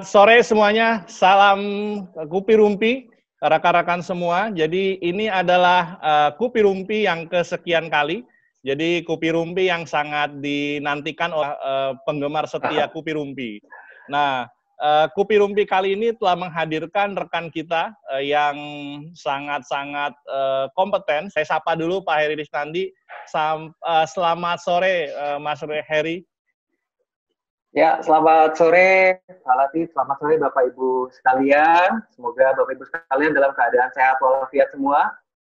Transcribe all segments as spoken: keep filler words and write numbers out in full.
Selamat sore semuanya, salam Kupi Rumpi, rekan-rekan semua. Jadi ini adalah uh, Kupi Rumpi yang kesekian kali. Jadi Kupi Rumpi yang sangat dinantikan oleh uh, penggemar setia Kupi Rumpi. Nah, uh, Kupi Rumpi kali ini telah menghadirkan rekan kita uh, yang sangat-sangat uh, kompeten. Saya sapa dulu Pak Heri Risnandi. Sam, uh, selamat sore uh, Mas Heri. Ya, selamat sore Pak Latif, selamat sore Bapak Ibu sekalian. Semoga Bapak Ibu sekalian dalam keadaan sehat walafiat semua.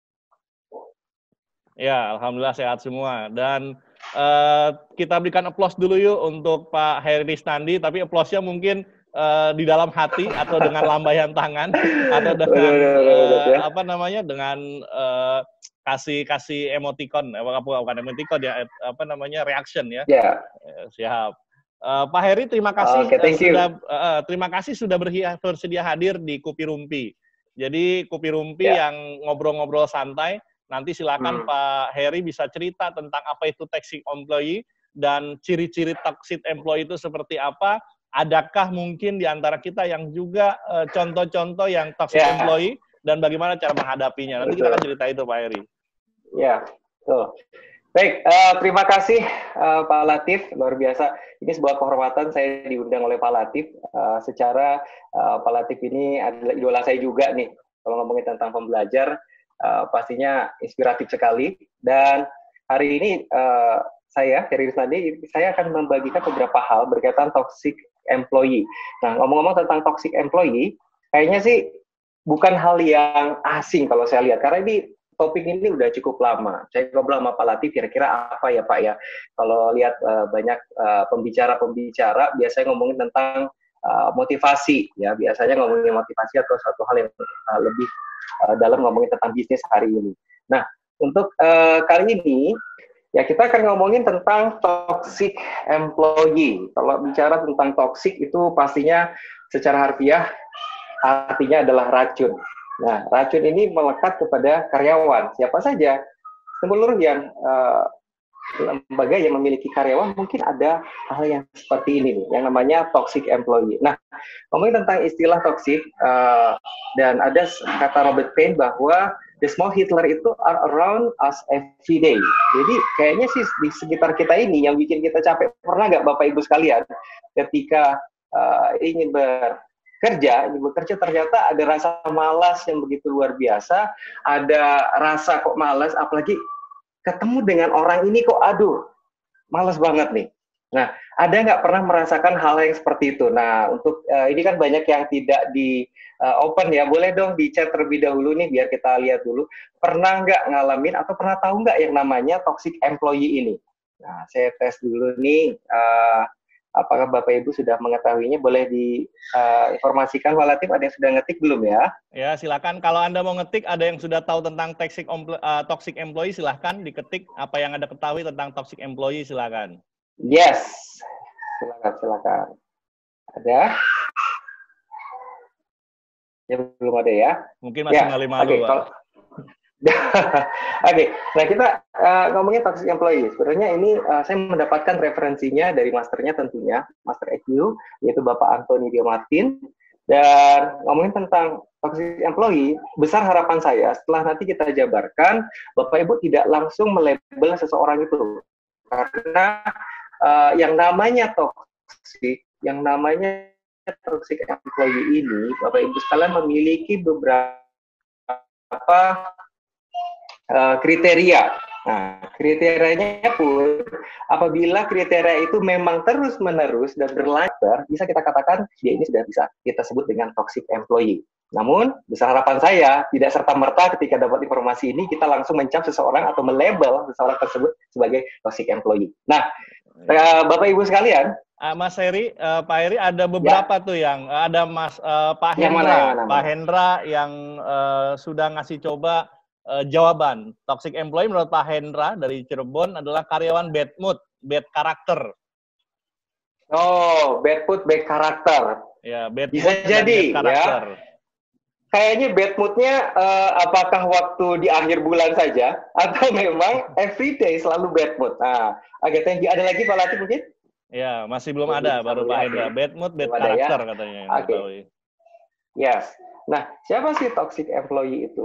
Ya, alhamdulillah sehat semua. Dan uh, kita berikan aplaus dulu yuk untuk Pak Heri Risnandi, tapi aplausnya mungkin uh, di dalam hati atau dengan lambaian tangan atau dengan uh, apa namanya dengan uh, kasih kasih emoticon, apa bukan emoticon ya, apa namanya reaction ya. Ya. Siap. Uh, Pak Heri, terima kasih okay, uh, sudah uh, terima kasih sudah bersedia hadir di Kupi Rumpi. Jadi Kupi Rumpi yeah. yang ngobrol-ngobrol santai. Nanti silakan hmm. Pak Heri bisa cerita tentang apa itu toxic employee dan ciri-ciri toxic employee itu seperti apa. Adakah mungkin di antara kita yang juga uh, contoh-contoh yang toxic yeah. employee dan bagaimana cara menghadapinya. Nanti Betul. kita akan cerita itu Pak Heri. Ya, betul. Baik, uh, terima kasih uh, Pak Latif, luar biasa. Ini sebuah kehormatan saya diundang oleh Pak Latif. Uh, secara uh, Pak Latif ini adalah idola saya juga nih. Kalau ngomongin tentang pembelajar, uh, pastinya inspiratif sekali. Dan hari ini uh, saya, Heri Risnandi, saya akan membagikan beberapa hal berkaitan toxic employee. Nah, ngomong-ngomong tentang toxic employee, kayaknya sih bukan hal yang asing kalau saya lihat. Karena ini topik ini udah cukup lama. Saya ngobrol sama Pak Latif, kira-kira apa ya Pak ya? Kalau lihat uh, banyak uh, pembicara-pembicara, biasanya ngomongin tentang uh, motivasi, ya. Biasanya ngomongin motivasi atau suatu hal yang uh, lebih uh, dalam ngomongin tentang bisnis hari ini. Nah, untuk uh, kali ini, ya kita akan ngomongin tentang toxic employee. Kalau bicara tentang toxic itu pastinya secara harfiah artinya adalah racun. Nah, racun ini melekat kepada karyawan. Siapa saja, seluruh yang uh, lembaga yang memiliki karyawan mungkin ada hal yang seperti ini nih, yang namanya toxic employee. Nah, ngomongin tentang istilah toxic, uh, dan ada kata Robert Payne bahwa the small Hitler itu are around us every day. Jadi kayaknya sih di sekitar kita ini yang bikin kita capek. Pernah nggak Bapak Ibu sekalian ketika uh, ingin ber kerja, ini bekerja ternyata ada rasa malas yang begitu luar biasa, ada rasa kok malas, apalagi ketemu dengan orang ini kok aduh, malas banget nih. Nah, ada nggak pernah merasakan hal yang seperti itu? Nah, untuk uh, ini kan banyak yang tidak di uh, open ya, boleh dong di chat terlebih dahulu nih, biar kita lihat dulu. Pernah nggak ngalamin atau pernah tahu nggak yang namanya toxic employee ini? Nah, saya tes dulu nih, uh, apakah Bapak Ibu sudah mengetahuinya? Boleh diinformasikan, uh, Pak Latif, ada yang sudah ngetik belum ya? Ya, silakan. Kalau Anda mau ngetik, ada yang sudah tahu tentang toxic, uh, toxic employee, silakan diketik apa yang Anda ketahui tentang toxic employee, silakan. Yes, silakan, silakan. Ada? Ya, belum ada ya? Mungkin masih ya, malu-malu, okay, Pak. Oke, okay. Nah kita uh, ngomongin toxic employee. Sebenarnya ini uh, saya mendapatkan referensinya dari masternya tentunya, Master E Q, yaitu Bapak Anthony Dio Martin. Dan ngomongin tentang toxic employee, besar harapan saya setelah nanti kita jabarkan, Bapak Ibu tidak langsung melabel seseorang itu. Karena uh, yang namanya toxic, yang namanya toxic employee ini, Bapak Ibu sekalian memiliki beberapa Uh, kriteria. Nah, kriterianya pun apabila kriteria itu memang terus-menerus dan berlanjut, bisa kita katakan dia ini sudah bisa kita sebut dengan toxic employee. Namun, besar harapan saya tidak serta-merta ketika dapat informasi ini kita langsung mencap seseorang atau melabel seseorang tersebut sebagai toxic employee. Nah, uh, Bapak Ibu sekalian, Uh, Mas Heri, uh, Pak Heri, ada beberapa ya. tuh yang uh, ada Mas uh, Pak Hendra, mana, mana, Pak Hendra yang uh, sudah ngasih coba uh, jawaban. Toxic employee menurut Pak Hendra dari Cirebon adalah karyawan bad mood, bad karakter. Oh, bad mood, bad karakter. Ya, bad bisa mood jadi bad karakter. Ya. Kayaknya bad mood-nya uh, apakah waktu di akhir bulan saja atau memang everyday selalu bad mood. Nah, agak tinggi. Ada lagi Pak Latif mungkin? Ya, masih belum Belum ada, bisa baru Pak melihat Hendra. ya. Bad mood, bad Belum ada ya. karakter katanya. yang Oke. diketahui. Yes. Nah, siapa sih toxic employee itu?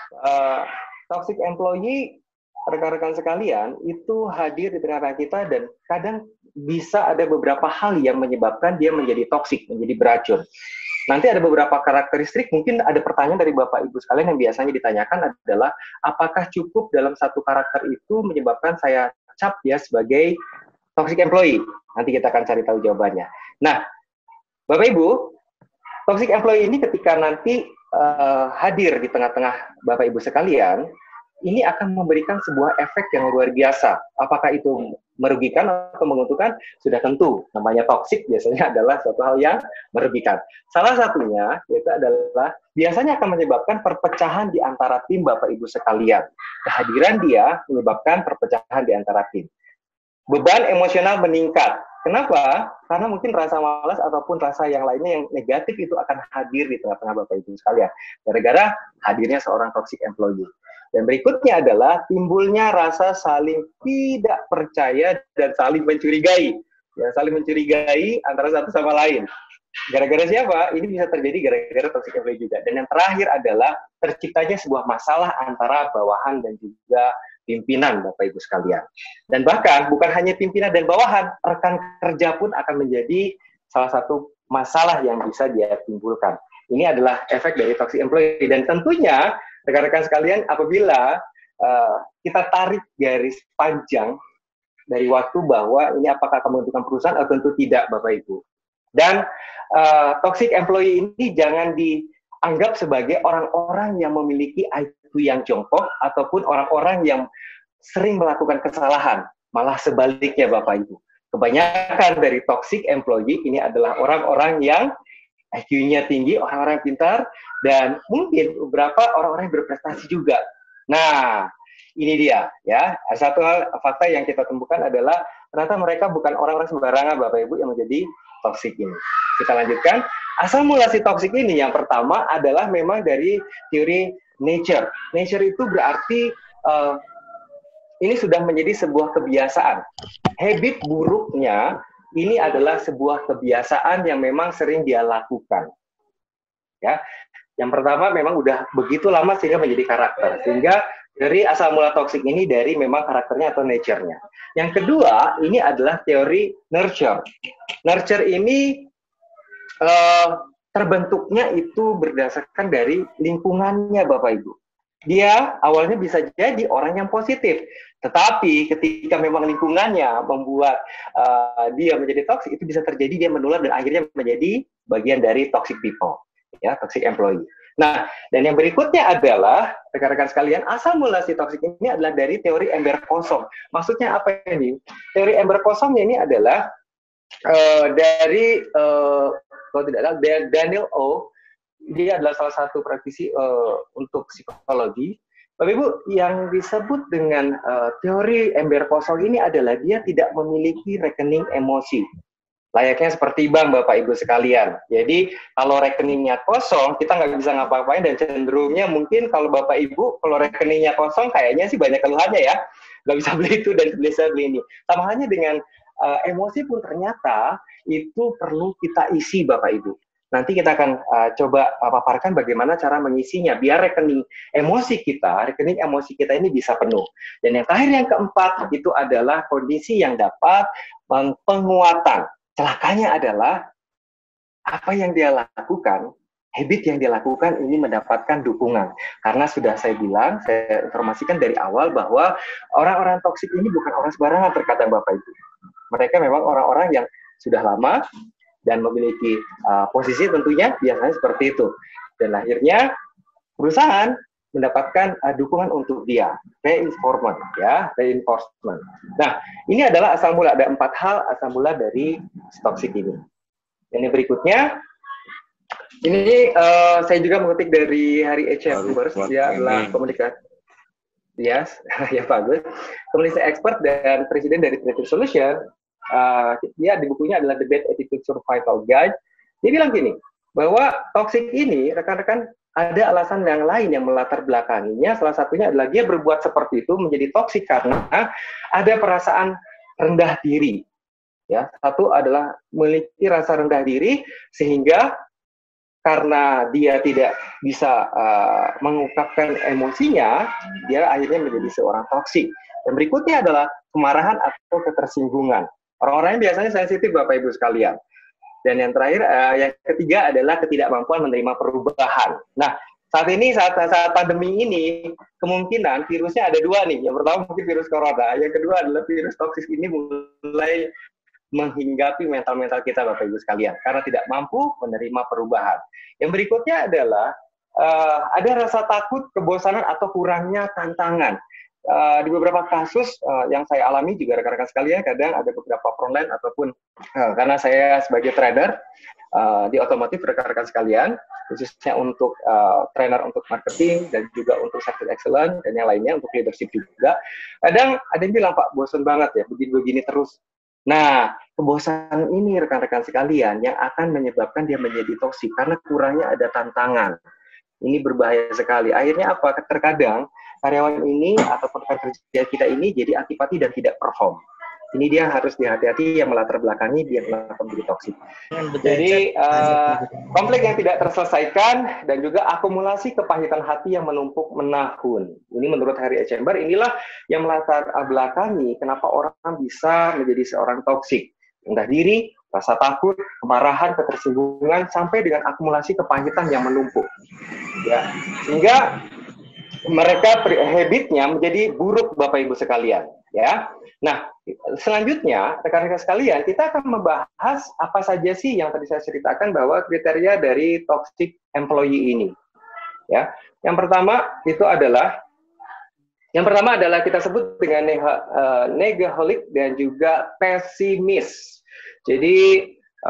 Uh, toxic employee, rekan-rekan sekalian, itu hadir di tengah-tengah kita dan kadang bisa ada beberapa hal yang menyebabkan dia menjadi toxic, menjadi beracun. Nanti ada beberapa karakteristik, mungkin ada pertanyaan dari Bapak Ibu sekalian yang biasanya ditanyakan adalah, apakah cukup dalam satu karakter itu menyebabkan saya cap dia sebagai toxic employee? Nanti kita akan cari tahu jawabannya. Nah, Bapak Ibu, toxic employee ini ketika nanti uh, hadir di tengah-tengah Bapak Ibu sekalian, ini akan memberikan sebuah efek yang luar biasa. Apakah itu merugikan atau menguntungkan? Sudah tentu, namanya toxic biasanya adalah suatu hal yang merugikan. Salah satunya yaitu adalah biasanya akan menyebabkan perpecahan di antara tim Bapak Ibu sekalian. Kehadiran dia menyebabkan perpecahan di antara tim. Beban emosional meningkat. Kenapa? Karena mungkin rasa malas ataupun rasa yang lainnya yang negatif itu akan hadir di tengah-tengah Bapak Ibu sekalian. Gara-gara hadirnya seorang toxic employee. Dan berikutnya adalah timbulnya rasa saling tidak percaya dan saling mencurigai. Ya, saling mencurigai antara satu sama lain. Gara-gara siapa? Ini bisa terjadi gara-gara toxic employee juga. Dan yang terakhir adalah terciptanya sebuah masalah antara bawahan dan juga pimpinan, Bapak Ibu sekalian. Dan bahkan bukan hanya pimpinan dan bawahan, rekan kerja pun akan menjadi salah satu masalah yang bisa dia timbulkan. Ini adalah efek dari toxic employee. Dan tentunya rekan-rekan sekalian, apabila uh, kita tarik garis panjang dari waktu bahwa ini apakah akan menentukan perusahaan atau tentu tidak, Bapak Ibu. Dan uh, toxic employee ini jangan dianggap sebagai orang-orang yang memiliki I Q yang jongkok ataupun orang-orang yang sering melakukan kesalahan. Malah sebaliknya, Bapak Ibu. Kebanyakan dari toxic employee ini adalah orang-orang yang I Q-nya tinggi, orang-orang pintar, dan mungkin beberapa orang-orang yang berprestasi juga. Nah, ini dia, ya. Satu hal fakta yang kita temukan adalah ternyata mereka bukan orang-orang sembarangan, Bapak Ibu, yang menjadi toxic ini. Kita lanjutkan. Asal mula si toxic ini yang pertama adalah memang dari teori nature. Nature itu berarti uh, ini sudah menjadi sebuah kebiasaan. Habit buruknya ini adalah sebuah kebiasaan yang memang sering dia lakukan. Ya, yang pertama memang udah begitu lama sehingga menjadi karakter. Sehingga dari asal mula toksik ini dari memang karakternya atau nature-nya. Yang kedua, ini adalah teori nurture. Nurture ini uh, terbentuknya itu berdasarkan dari lingkungannya, Bapak Ibu. Dia awalnya bisa jadi orang yang positif, tetapi ketika memang lingkungannya membuat uh, dia menjadi toxic, itu bisa terjadi dia menular dan akhirnya menjadi bagian dari toxic people, ya, toxic employee. Nah, dan yang berikutnya adalah rekan-rekan sekalian, asal mula si toxic ini adalah dari teori ember kosong. Maksudnya apa ini? Teori ember kosongnya ini adalah uh, dari uh, kalau tidak salah Daniel O. Dia adalah salah satu praktisi uh, untuk psikologi. Bapak Ibu, yang disebut dengan uh, teori ember kosong ini adalah dia tidak memiliki rekening emosi. Layaknya seperti bank, Bapak Ibu sekalian. Jadi, kalau rekeningnya kosong, kita nggak bisa ngapa-ngapain dan cenderungnya mungkin kalau Bapak Ibu, kalau rekeningnya kosong, kayaknya sih banyak keluhannya ya. Nggak bisa beli itu dan bisa beli ini. Sama halnya dengan uh, emosi pun ternyata itu perlu kita isi, Bapak Ibu. Nanti kita akan uh, coba uh, paparkan bagaimana cara mengisinya, biar rekening emosi kita, rekening emosi kita ini bisa penuh. Dan yang terakhir, yang keempat, itu adalah kondisi yang dapat penguatan. Celakanya adalah, apa yang dia lakukan, habit yang dia lakukan ini mendapatkan dukungan. Karena sudah saya bilang, saya informasikan dari awal bahwa orang-orang toksik ini bukan orang sembarangan terkadang, Bapak Ibu. Mereka memang orang-orang yang sudah lama, dan memiliki uh, posisi tentunya biasanya seperti itu. Dan akhirnya perusahaan mendapatkan uh, dukungan untuk dia, reinforcement, ya, reinforcement. Nah, ini adalah asal mula, ada empat hal asal mula dari toxic ini. Dan yang berikutnya, ini uh, saya juga mengutip dari Harry H. Chambers, dia adalah komunikasi, yes, ya bagus, komunikasi expert dan presiden dari Creative Solution. Uh, dia di bukunya adalah The Bad Attitude Survival Guide. Dia bilang gini, bahwa toxic ini, rekan-rekan, ada alasan yang lain yang melatar belakanginya. Salah satunya adalah dia berbuat seperti itu menjadi toxic karena ada perasaan rendah diri. Ya, satu adalah memiliki rasa rendah diri sehingga karena dia tidak bisa uh, mengungkapkan emosinya, dia akhirnya menjadi seorang toksik. Dan berikutnya adalah kemarahan atau ketersinggungan. Orang-orang yang biasanya sensitif, Bapak Ibu sekalian. Dan yang terakhir, uh, yang ketiga adalah ketidakmampuan menerima perubahan. Nah, saat ini, saat, saat pandemi ini, kemungkinan virusnya ada dua nih. Yang pertama mungkin virus corona, yang kedua adalah virus toksis ini mulai menghinggapi mental-mental kita, Bapak Ibu sekalian, karena tidak mampu menerima perubahan. Yang berikutnya adalah uh, ada rasa takut, kebosanan, atau kurangnya tantangan. Uh, di beberapa kasus uh, yang saya alami juga rekan-rekan sekalian, kadang ada beberapa frontline ataupun uh, karena saya sebagai trader uh, di otomotif, rekan-rekan sekalian, khususnya untuk uh, trainer untuk marketing dan juga untuk service excellence dan yang lainnya untuk leadership juga. Kadang ada yang bilang, Pak, bosan banget ya begini-begini terus. Nah, kebosanan ini rekan-rekan sekalian yang akan menyebabkan dia menjadi toksik karena kurangnya ada tantangan. Ini berbahaya sekali. Akhirnya apa? Terkadang karyawan ini ataupun kerja kita ini jadi antipati dan tidak perform. Ini dia harus dihati-hati yang melatar belakangi dia melakukan menjadi toksik. Jadi uh, konflik yang tidak terselesaikan dan juga akumulasi kepahitan hati yang menumpuk menahun. Ini menurut Harry H. Chamber, inilah yang melatar belakangi kenapa orang bisa menjadi seorang toksik. Rendah diri, rasa takut, kemarahan, ketersinggungan, sampai dengan akumulasi kepahitan yang menumpuk. Ya, sehingga mereka habitnya menjadi buruk, Bapak Ibu sekalian. Ya, nah selanjutnya rekan-rekan sekalian kita akan membahas apa saja sih yang tadi saya ceritakan bahwa kriteria dari toxic employee ini. Ya, yang pertama itu adalah yang pertama adalah kita sebut dengan uh, negaholic dan juga pesimis. Jadi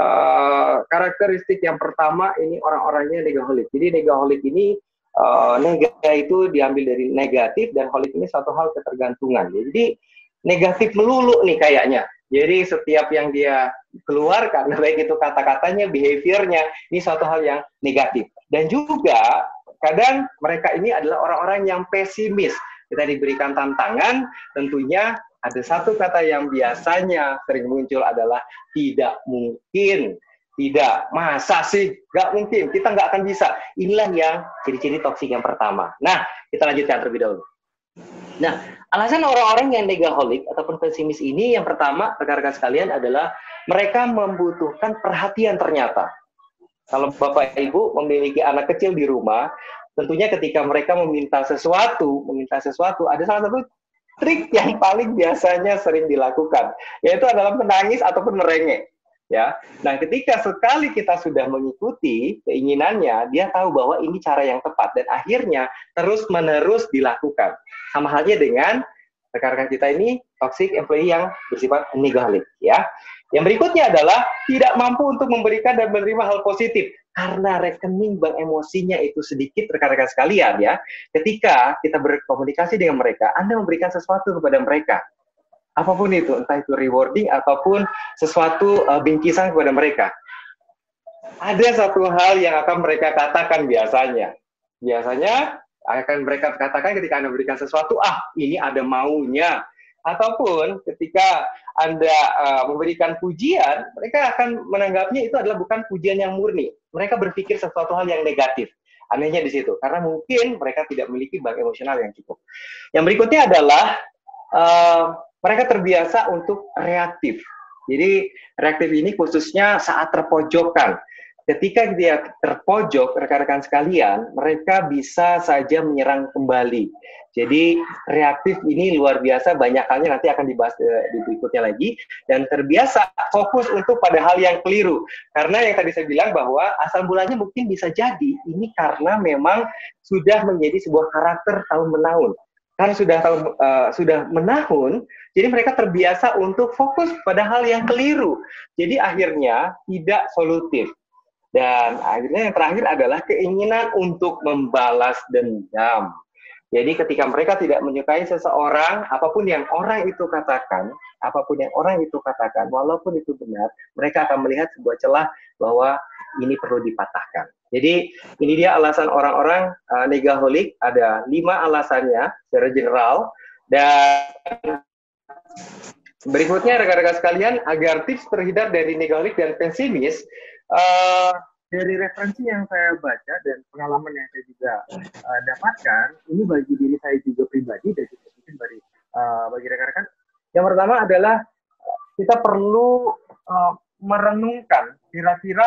uh, karakteristik yang pertama ini orang-orangnya negaholic. Jadi negaholic ini Uh, nega itu diambil dari negatif dan holic ini satu hal ketergantungan. Jadi negatif melulu nih kayaknya. Jadi setiap yang dia keluarkan, baik itu kata-katanya, behaviornya, ini satu hal yang negatif. Dan juga kadang mereka ini adalah orang-orang yang pesimis. Kita diberikan tantangan, tentunya ada satu kata yang biasanya sering muncul adalah tidak mungkin. Tidak, masa sih? Nggak mungkin, kita nggak akan bisa. Inilah yang ciri-ciri toksik yang pertama. Nah, kita lanjutkan terlebih dahulu. Nah, alasan orang-orang yang negaholic ataupun pesimis ini, yang pertama, rekan-rekan sekalian, adalah mereka membutuhkan perhatian ternyata. Kalau Bapak Ibu memiliki anak kecil di rumah, tentunya ketika mereka meminta sesuatu, meminta sesuatu, ada salah satu trik yang paling biasanya sering dilakukan, yaitu adalah menangis ataupun merengek. Ya, nah ketika sekali kita sudah mengikuti keinginannya, dia tahu bahwa ini cara yang tepat dan akhirnya terus-menerus dilakukan. Sama halnya dengan rekan-rekan kita ini toxic employee yang bersifat negaholic. Ya, yang berikutnya adalah tidak mampu untuk memberikan dan menerima hal positif karena rekening bank emosinya itu sedikit, rekan-rekan sekalian ya. Ketika kita berkomunikasi dengan mereka, Anda memberikan sesuatu kepada mereka. Apapun itu, entah itu rewarding ataupun sesuatu uh, bingkisan kepada mereka. Ada satu hal yang akan mereka katakan biasanya. Biasanya akan mereka katakan ketika Anda berikan sesuatu, ah ini ada maunya. Ataupun ketika Anda uh, memberikan pujian, mereka akan menanggapnya itu adalah bukan pujian yang murni. Mereka berpikir sesuatu hal yang negatif. Anehnya di situ, karena mungkin mereka tidak memiliki bank emosional yang cukup. Yang berikutnya adalah uh, mereka terbiasa untuk reaktif. Jadi reaktif ini khususnya saat terpojokkan. Ketika dia terpojok, rekan-rekan sekalian, mereka bisa saja menyerang kembali. Jadi reaktif ini luar biasa, banyak halnya nanti akan dibahas di berikutnya lagi. Dan terbiasa fokus untuk pada hal yang keliru. Karena yang tadi saya bilang bahwa asal mulanya mungkin bisa jadi ini karena memang sudah menjadi sebuah karakter tahun-menahun. Karena sudah tahun, uh, sudah menahun, jadi mereka terbiasa untuk fokus pada hal yang keliru. Jadi akhirnya tidak solutif. Dan akhirnya yang terakhir adalah keinginan untuk membalas dendam. Jadi ketika mereka tidak menyukai seseorang, apapun yang orang itu katakan, apapun yang orang itu katakan, walaupun itu benar, mereka akan melihat sebuah celah bahwa ini perlu dipatahkan. Jadi ini dia alasan orang-orang uh, negaholic, ada lima alasannya secara general, dan Berikutnya rekan-rekan sekalian, agar tips terhindar dari negahlik dan pesimis, uh, dari referensi yang saya baca dan pengalaman yang saya juga uh, dapatkan, ini bagi diri saya juga pribadi dan juga mungkin bagi uh, bagi rekan-rekan. Yang pertama adalah kita perlu uh, merenungkan kira-kira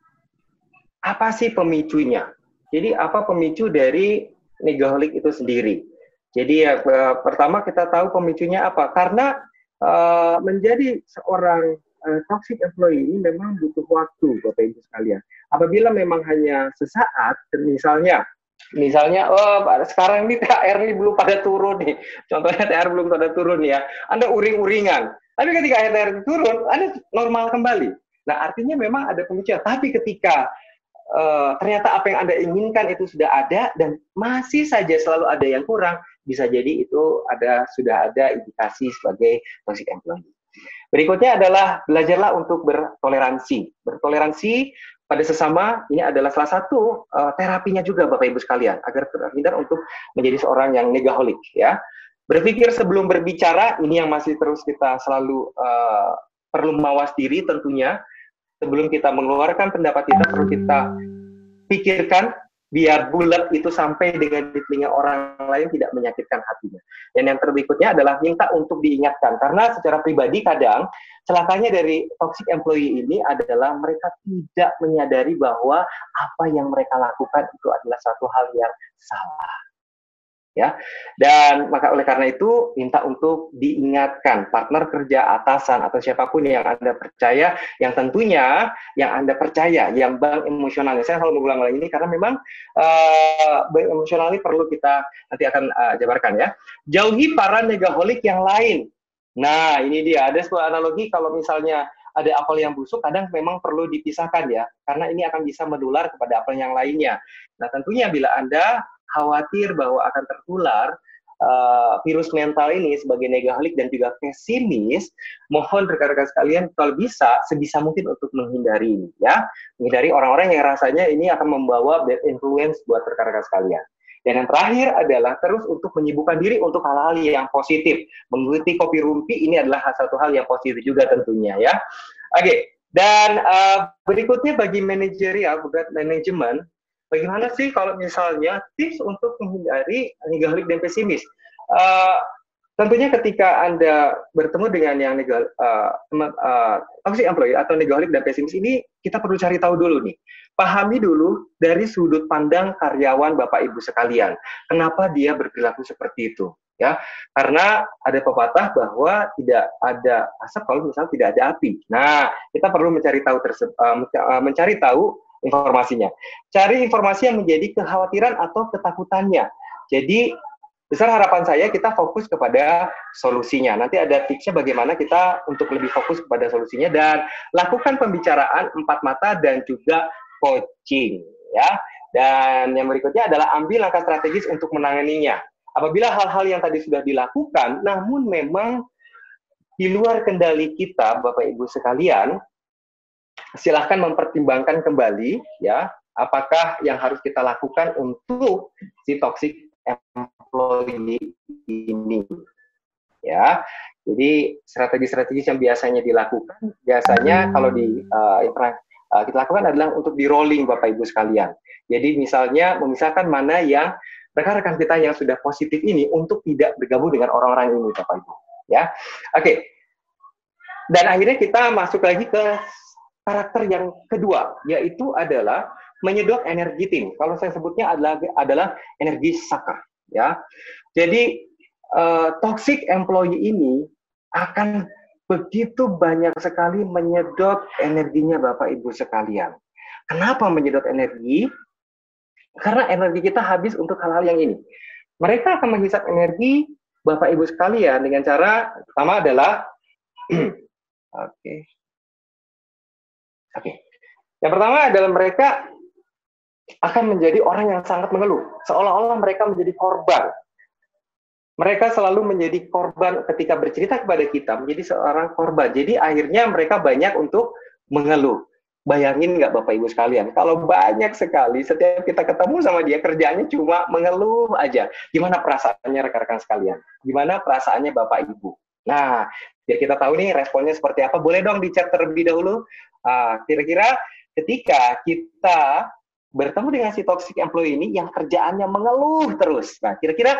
apa sih pemicunya. Jadi apa pemicu dari negahlik itu sendiri. Jadi ya, uh, pertama kita tahu pemicunya apa. Karena uh, menjadi seorang uh, toxic employee ini memang butuh waktu, Bapak Ibu sekalian. Apabila memang hanya sesaat, misalnya, misalnya, oh sekarang ini T H R ini belum pada turun nih. Contohnya T H R belum pada turun ya. Anda uring-uringan. Tapi ketika T H R turun, Anda normal kembali. Nah artinya memang ada pemicu. Tapi ketika Uh, ternyata apa yang Anda inginkan itu sudah ada dan masih saja selalu ada yang kurang, bisa jadi itu ada sudah ada indikasi sebagai toxic employee. Berikutnya adalah belajarlah untuk bertoleransi. Bertoleransi pada sesama ini adalah salah satu uh, terapinya juga Bapak Ibu sekalian agar terhindar untuk menjadi seorang yang negaholic ya. Berpikir sebelum berbicara, ini yang masih terus kita selalu uh, perlu mawas diri tentunya. Sebelum kita mengeluarkan pendapat kita, perlu kita pikirkan biar bulat itu sampai dengan di telinga orang lain tidak menyakitkan hatinya. Dan yang berikutnya adalah minta untuk diingatkan. Karena secara pribadi kadang celakanya dari toxic employee ini adalah mereka tidak menyadari bahwa apa yang mereka lakukan itu adalah satu hal yang salah. Ya, dan maka oleh karena itu minta untuk diingatkan partner kerja, atasan atau siapapun yang Anda percaya, yang tentunya yang Anda percaya, yang bank emosionalnya. Saya selalu mengulang lagi ini karena memang uh, bank emosional ini perlu kita nanti akan uh, jabarkan ya. Jauhi para negaholic yang lain. Nah ini dia, ada sebuah analogi kalau misalnya ada apel yang busuk, kadang memang perlu dipisahkan ya, karena ini akan bisa menular kepada apel yang lainnya. Nah tentunya bila Anda khawatir bahwa akan tertular uh, virus mental ini sebagai negaholic dan juga pesimis, mohon rekan-rekan sekalian kalau bisa sebisa mungkin untuk menghindari ini ya, menghindari orang-orang yang rasanya ini akan membawa bad influence buat rekan-rekan sekalian. Dan yang terakhir adalah terus untuk menyibukkan diri untuk hal-hal yang positif. Mengikuti Kopi Rumpi ini adalah satu hal yang positif juga tentunya ya. Oke, okay. Dan uh, berikutnya bagi manajerial, bukan manajemen, bagaimana sih kalau misalnya tips untuk menghindari negaholic dan pesimis? Uh, tentunya ketika Anda bertemu dengan yang negaholic, uh, uh, toxic employee atau negaholic dan pesimis ini, kita perlu cari tahu dulu nih. Pahami dulu dari sudut pandang karyawan Bapak Ibu sekalian. Kenapa dia berperilaku seperti itu? Ya, karena ada pepatah bahwa tidak ada asap kalau misalnya tidak ada api. Nah, kita perlu mencari tahu terse- uh, mencari tahu informasinya. Cari informasi yang menjadi kekhawatiran atau ketakutannya. Jadi, besar harapan saya kita fokus kepada solusinya. Nanti ada tipsnya bagaimana kita untuk lebih fokus kepada solusinya dan lakukan pembicaraan empat mata dan juga coaching. Ya. Dan yang berikutnya adalah ambil langkah strategis untuk menanganinya. Apabila hal-hal yang tadi sudah dilakukan, namun memang di luar kendali kita, Bapak Ibu sekalian, silahkan mempertimbangkan kembali, ya, apakah yang harus kita lakukan untuk si toxic employee ini, ya. Jadi strategi-strategi yang biasanya dilakukan, biasanya kalau di uh, yang pernah uh, kita lakukan adalah untuk di rolling, Bapak Ibu sekalian. Jadi misalnya memisahkan mana yang rekan-rekan kita yang sudah positif ini untuk tidak bergabung dengan orang-orang ini, Bapak Ibu. Ya, oke. Okay. Dan akhirnya kita masuk lagi ke karakter yang kedua, yaitu adalah menyedot energi tim. Kalau saya sebutnya adalah adalah energi sucker. Ya, jadi uh, toxic employee ini akan begitu banyak sekali menyedot energinya Bapak Ibu sekalian. Kenapa menyedot energi? Karena energi kita habis untuk hal-hal yang ini. Mereka akan menghisap energi Bapak Ibu sekalian dengan cara pertama adalah oke. Okay. Oke. Okay. Yang pertama adalah mereka akan menjadi orang yang sangat mengeluh, seolah-olah mereka menjadi korban. Mereka selalu menjadi korban ketika bercerita kepada kita, menjadi seorang korban. Jadi akhirnya mereka banyak untuk mengeluh. Bayangin nggak Bapak Ibu sekalian, kalau banyak sekali setiap kita ketemu sama dia kerjanya cuma mengeluh aja. Gimana perasaannya rekan-rekan sekalian? Gimana perasaannya Bapak Ibu? Nah, biar kita tahu nih responnya seperti apa. Boleh dong di chat terlebih dahulu. Uh, kira-kira ketika kita bertemu dengan si toxic employee ini yang kerjaannya mengeluh terus. Nah, kira-kira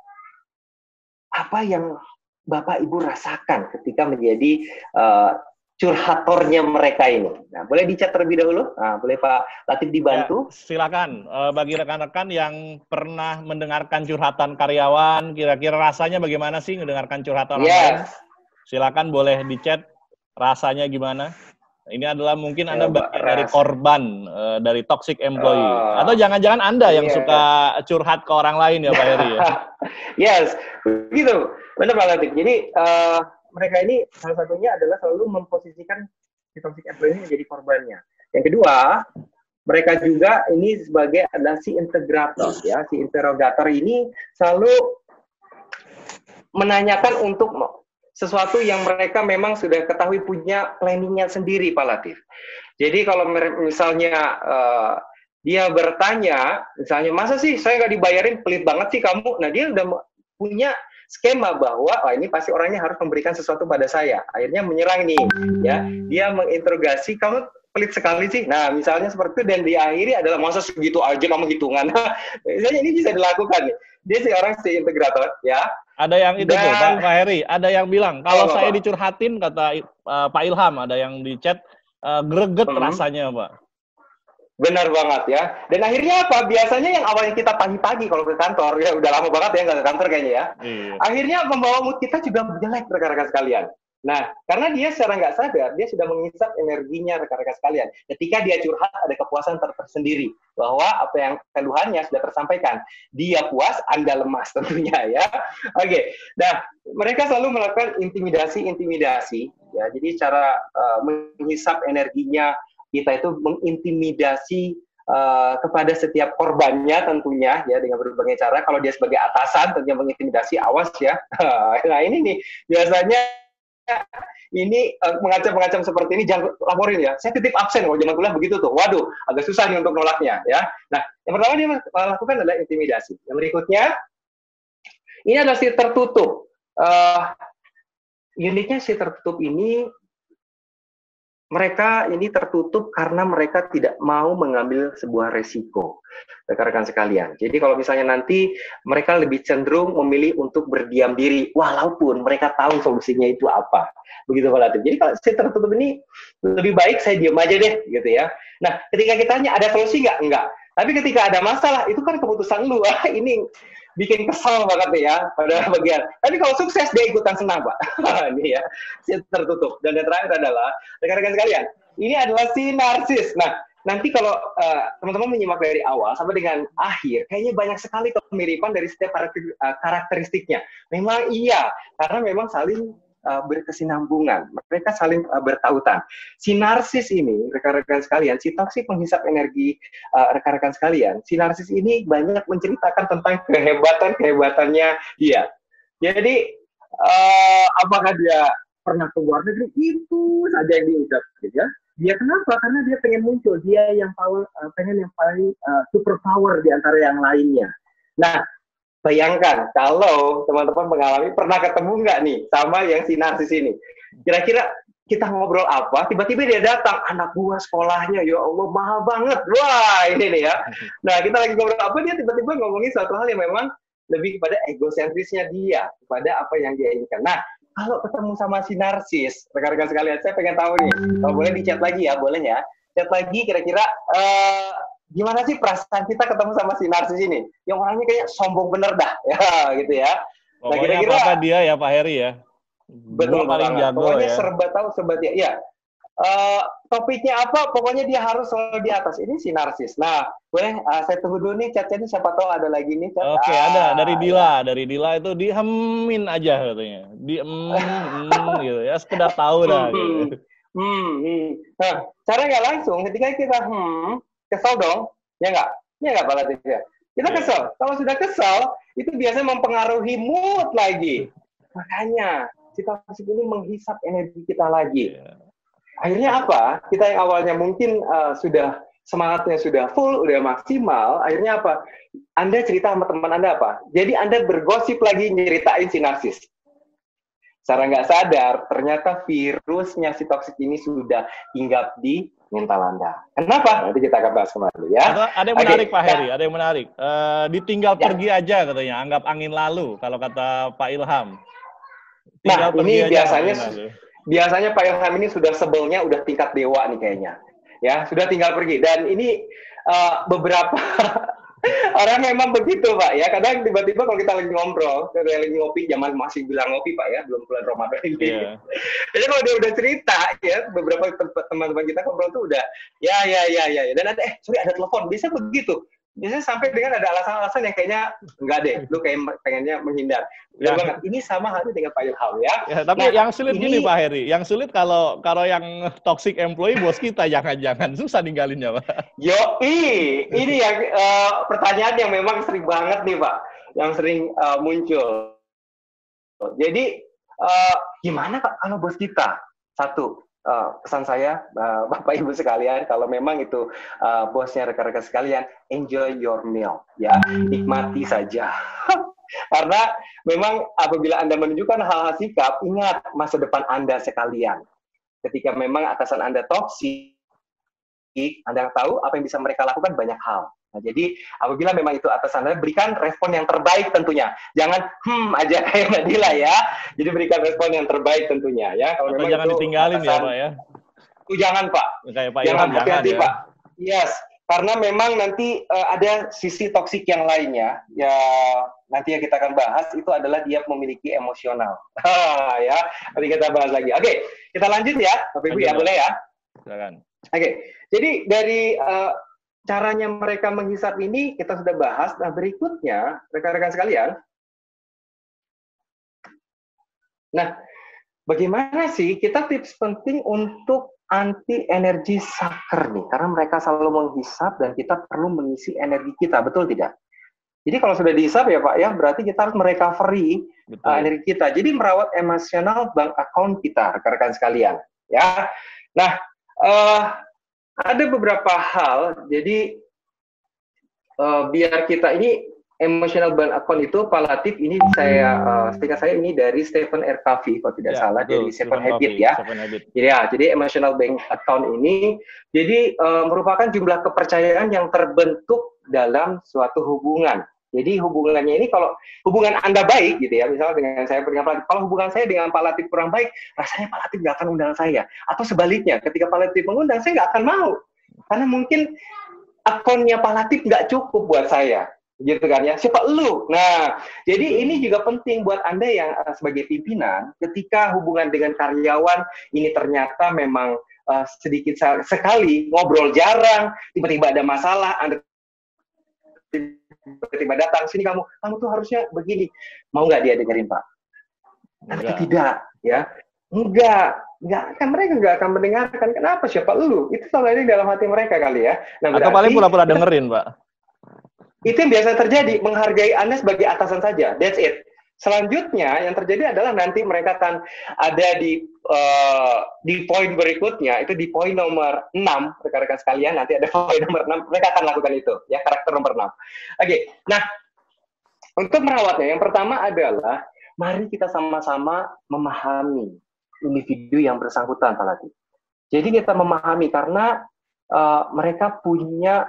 apa yang Bapak Ibu rasakan ketika menjadi uh, curhatornya mereka ini? Nah, boleh dicat terlebih dahulu? Nah, boleh Pak Latif dibantu? Ya, silakan. Uh, bagi rekan-rekan yang pernah mendengarkan curhatan karyawan, kira-kira rasanya bagaimana sih mendengarkan curhatan orang Yes. lain? Silakan boleh dicat rasanya gimana. Ini adalah mungkin Anda Coba, bagian dari ras. korban uh, dari toxic employee. Oh, Atau jangan-jangan Anda yang iya. suka curhat ke orang lain ya Pak Heri ya? Yes, begitu. Benar Pak Latif. Jadi uh, mereka ini salah satunya adalah selalu memposisikan si toxic employee ini menjadi korbannya. Yang kedua, mereka juga ini sebagai adalah si integrator ya. Si interrogator ini selalu menanyakan untuk sesuatu yang mereka memang sudah ketahui punya planningnya sendiri, Pak Latif. Jadi kalau misalnya uh, dia bertanya, misalnya, masa sih saya nggak dibayarin, pelit banget sih kamu. Nah, dia udah punya skema bahwa, oh ini pasti orangnya harus memberikan sesuatu pada saya. Akhirnya menyerang nih, ya. Dia menginterogasi, kamu pelit sekali sih. Nah, misalnya seperti itu, dan diakhiri adalah, masa segitu aja kamu hitungan. Misalnya ini bisa dilakukan nih. Dia si orang si integrator, ya. Ada yang itu Dan, tuh, Pak, Pak Heri, ada yang bilang, kalau oh, saya Pak. dicurhatin, kata uh, Pak Ilham, ada yang di chat, uh, greget hmm. rasanya, Pak. Benar banget ya. Dan akhirnya apa? Biasanya yang awalnya kita pagi-pagi kalau ke kantor, ya udah lama banget ya nggak ke kantor kayaknya ya. Iya. Akhirnya membawa mood kita juga jelek rekan-rekan sekalian. Nah, karena dia secara nggak sadar, dia sudah menghisap energinya rekan-rekan sekalian. Ketika dia curhat, ada kepuasan tersendiri. Bahwa apa yang keluhannya sudah tersampaikan. Dia puas, Anda lemas tentunya ya. Oke, nah mereka selalu melakukan intimidasi-intimidasi. Ya, jadi cara uh, menghisap energinya, kita itu mengintimidasi uh, kepada setiap korbannya tentunya ya dengan berbagai cara. Kalau dia sebagai atasan tentunya mengintimidasi, awas ya. Nah ini nih biasanya ini uh, mengancam-mengancam seperti ini, jangan laporin ya. Saya titip absen kalau zaman kuliah begitu tuh. Waduh, agak susah nih untuk nolaknya ya. Nah yang pertama dia lakukan adalah intimidasi. Yang berikutnya ini adalah si tertutup. Uh, uniknya si tertutup ini, mereka ini tertutup karena mereka tidak mau mengambil sebuah resiko, rekan-rekan sekalian. Jadi kalau misalnya nanti mereka lebih cenderung memilih untuk berdiam diri, walaupun mereka tahu solusinya itu apa. Begitu Pak Latif. Jadi kalau si tertutup ini, lebih baik saya diam aja deh, gitu ya. Nah, ketika kita tanya, ada solusi nggak? Enggak. Tapi ketika ada masalah, itu kan keputusan lu. Ah, ini bikin kesel banget ya pada bagian. Tapi kalau sukses dia ikutan senang Pak. Ini ya, si tertutup. Dan yang terakhir adalah rekan-rekan sekalian, ini adalah si narsis. Nah, nanti kalau uh, teman-teman menyimak dari awal sampai dengan akhir, kayaknya banyak sekali kemiripan dari setiap karakter, uh, karakteristiknya. Memang iya, karena memang saling uh, berkesinambungan. Mereka saling uh, bertautan. Si narsis ini, rekan-rekan sekalian, si toksik penghisap energi uh, rekan-rekan sekalian, si narsis ini banyak menceritakan tentang kehebatan-kehebatannya dia. Jadi, uh, apakah dia pernah ke luar negeri? Itu saja yang diucap, gitu ya. Dia kenapa? Karena dia pengen muncul. Dia yang power, uh, pengen yang paling uh, super power di antara yang lainnya. Nah, bayangkan kalau teman-teman mengalami, pernah ketemu nggak nih sama yang si narsis ini? Kira-kira kita ngobrol apa? Tiba-tiba dia datang, anak buah sekolahnya, ya Allah mahal banget. Wah ini nih ya. Nah kita lagi ngobrol apa, dia tiba-tiba ngomongin suatu hal yang memang lebih kepada egosentrisnya dia, kepada apa yang dia inginkan. Nah kalau ketemu sama si narsis, rekan-rekan sekalian, saya pengen tahu nih, kalau boleh di chat lagi ya, boleh ya? Chat lagi kira-kira uh, gimana sih perasaan kita ketemu sama si narsis ini? Yang orangnya kayak sombong bener dah, ya gitu ya. Pokoknya nah, kira-kira apa dia ya Pak Heri ya? Betul paling jago. Pokoknya ya. serba tahu, serba dia. Ya. Uh, topiknya apa? Pokoknya dia harus selalu di atas. Ini si narsis. Nah, boleh uh, saya tunggu dulu nih chat-chatnya, siapa tahu ada lagi nih chat. Oke, ah, ada dari Dila. Ya. Dari Dila itu dihemin aja katanya. Diem mm, gitu ya, sekedar tahu dah gitu. Hmm, hmm. Nah, cara nggak langsung ketika kita hmm, kesel dong, ya nggak? Ya nggak Pak Latif ya? Kita yeah. kesel. Kalau sudah kesel, itu biasanya mempengaruhi mood lagi. Makanya situasi ini menghisap energi kita lagi. Yeah. Akhirnya apa? Kita yang awalnya mungkin uh, sudah semangatnya sudah full, udah maksimal. Akhirnya apa? Anda cerita sama teman Anda apa? Jadi Anda bergosip lagi, nyeritain si narsis. secara nggak sadar, ternyata virusnya si toksik ini sudah hinggap di mental Anda. Kenapa? Nanti kita akan bahas kembali ya. Atau ada yang menarik, okay, Pak Heri, ada yang menarik. Uh, ditinggal ya. Pergi aja katanya, anggap angin lalu, kalau kata Pak Ilham. Tinggal nah, ini biasanya biasanya Pak Ilham ini sudah sebelnya udah tingkat dewa nih kayaknya. Ya, sudah tinggal pergi. Dan ini uh, beberapa orang memang begitu, Pak, ya. Kadang tiba-tiba kalau kita lagi ngobrol, kita lagi ngopi, zaman masih bilang ngopi, Pak, ya, belum bulan Ramadan ini. Yeah. Jadi kalau dia udah cerita, ya, beberapa teman-teman kita ngobrol tuh udah, ya, ya, ya, ya, ya. Dan ada, eh, sorry, ada telepon. Bisa begitu. Biasanya sampai dengan ada alasan-alasan yang kayaknya, enggak deh, lu kayak pengennya menghindar. Ya. Banget. Ini sama halnya dengan Pak Ilham, ya. Ya, tapi nah, yang sulit ini, gini, Pak Heri. Yang sulit kalau kalau yang toxic employee, bos kita, jangan-jangan. Susah ninggalinnya, Pak. Yoi! Ini yang uh, pertanyaan yang memang sering banget nih, Pak. Yang sering uh, muncul. Jadi, uh, gimana Pak kalau bos kita? Satu, Uh, pesan saya, uh, Bapak Ibu sekalian, kalau memang itu uh, bosnya rekan-rekan sekalian, enjoy your meal, ya, nikmati saja. Karena memang apabila Anda menunjukkan hal-hal sikap, ingat masa depan Anda sekalian. Ketika memang atasan Anda toksik, Anda tahu apa yang bisa mereka lakukan banyak hal. Nah, jadi apabila memang itu atasan Anda, berikan respon yang terbaik tentunya. Jangan hmm aja kayak Nadila ya. Jadi berikan respon yang terbaik tentunya ya. Kalau memang jangan itu ditinggalin atasan, ya Pak ya. Itu jangan Pak. Kayak Pak jangan Ilham, hati-hati ya. Pak. Yes. Karena memang nanti uh, ada sisi toksik yang lainnya. Ya nanti yang kita akan bahas itu adalah dia memiliki emosional. Ya. Nanti kita bahas lagi. Oke, kita lanjut ya. Bapak Ibu ya, boleh ya? Silakan. Oke. Jadi dari uh, caranya mereka menghisap ini kita sudah bahas. Nah, berikutnya, rekan-rekan sekalian. Nah, bagaimana sih kita tips penting untuk anti energi sucker nih? Karena mereka selalu menghisap dan kita perlu mengisi energi kita, betul tidak? Jadi kalau sudah dihisap ya Pak, ya berarti kita harus merecovery uh, energi kita. Jadi merawat emosional bank account kita, rekan-rekan sekalian. Ya, nah. Uh, Ada beberapa hal, jadi uh, biar kita ini emotional bank account itu palatif ini saya, uh, seingat saya ini dari Stephen R. Covey kalau tidak ya, salah betul, dari Seven Habit ya. Habit. Jadi ya, jadi emotional bank account ini jadi uh, merupakan jumlah kepercayaan yang terbentuk dalam suatu hubungan. Jadi hubungannya ini kalau hubungan Anda baik gitu ya, misalnya dengan saya dengan Pak Latif, kalau hubungan saya dengan Pak Latif kurang baik, rasanya Pak Latif nggak akan undang saya. Atau sebaliknya, ketika Pak Latif mengundang, saya nggak akan mau. Karena mungkin akunnya Pak Latif nggak cukup buat saya. Gitu kan ya, siapa lu? Nah, jadi ini juga penting buat Anda yang uh, sebagai pimpinan, ketika hubungan dengan karyawan ini ternyata memang uh, sedikit sekali, ngobrol jarang, tiba-tiba ada masalah, Anda tiba-tiba datang sini kamu kamu tuh harusnya begini, mau nggak dia dengerin Pak? Nanti tidak ya, enggak enggak akan, mereka enggak akan mendengarkan. Kenapa? Siapa lu? Itu selalu ada di dalam hati mereka kali ya. Nah, atau paling pura-pura dengerin Pak. Itu yang biasa terjadi, menghargai Anda sebagai atasan saja, that's it. Selanjutnya yang terjadi adalah nanti mereka akan ada di uh, di poin berikutnya, itu di poin nomor enam, rekan-rekan sekalian, nanti ada poin nomor enam, mereka akan lakukan itu, ya, karakter nomor enam. Oke, okay. Nah, untuk merawatnya, yang pertama adalah, mari kita sama-sama memahami individu yang bersangkutan, Pak Latif. Jadi kita memahami, karena uh, mereka punya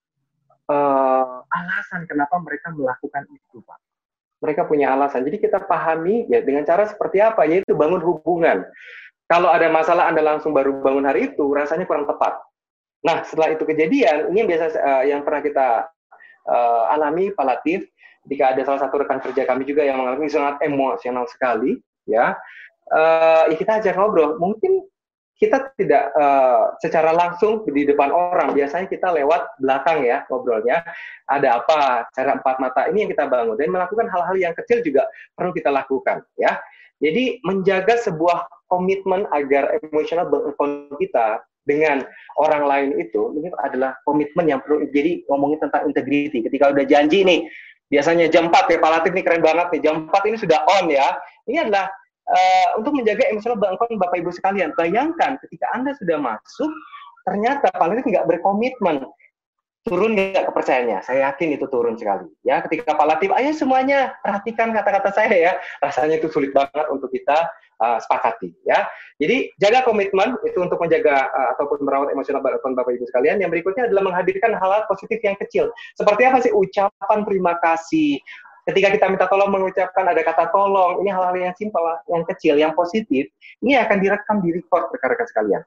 uh, alasan kenapa mereka melakukan itu, Pak. Mereka punya alasan. Jadi kita pahami ya dengan cara seperti apa, yaitu bangun hubungan. Kalau ada masalah Anda langsung baru bangun hari itu, rasanya kurang tepat. Nah, setelah itu kejadian, ini yang biasa uh, yang pernah kita uh, alami, Pak Latif, ketika ada salah satu rekan kerja kami juga yang mengalami sangat emosional sekali, ya, uh, ya kita ajak ngobrol. Mungkin kita tidak uh, secara langsung di depan orang, biasanya kita lewat belakang ya ngobrolnya, ada apa, cara empat mata, ini yang kita bangun, dan melakukan hal-hal yang kecil juga perlu kita lakukan ya. Jadi menjaga sebuah komitmen agar emosional kita dengan orang lain itu, ini adalah komitmen yang perlu. Jadi ngomongin tentang integrity, ketika udah janji nih, biasanya jam empat ya, Pak Latif nih keren banget nih, jam empat ini sudah on ya, ini adalah Uh, untuk menjaga emosional bangkon Bapak Ibu sekalian. Bayangkan ketika Anda sudah masuk, ternyata Pak Latif nggak berkomitmen. turun nggak kepercayaannya? Saya yakin itu turun sekali. Ya, ketika Pak Latif, ayo semuanya perhatikan kata-kata saya ya. Rasanya itu sulit banget untuk kita uh, sepakati. Ya, jadi jaga komitmen itu untuk menjaga uh, ataupun merawat emosional Bapak Ibu sekalian. Yang berikutnya adalah menghadirkan hal-hal positif yang kecil. Seperti apa sih ucapan terima kasih? Ketika kita minta tolong mengucapkan ada kata tolong, ini hal-hal yang simpel, yang kecil, yang positif, ini akan direkam di record rekan-rekan sekalian.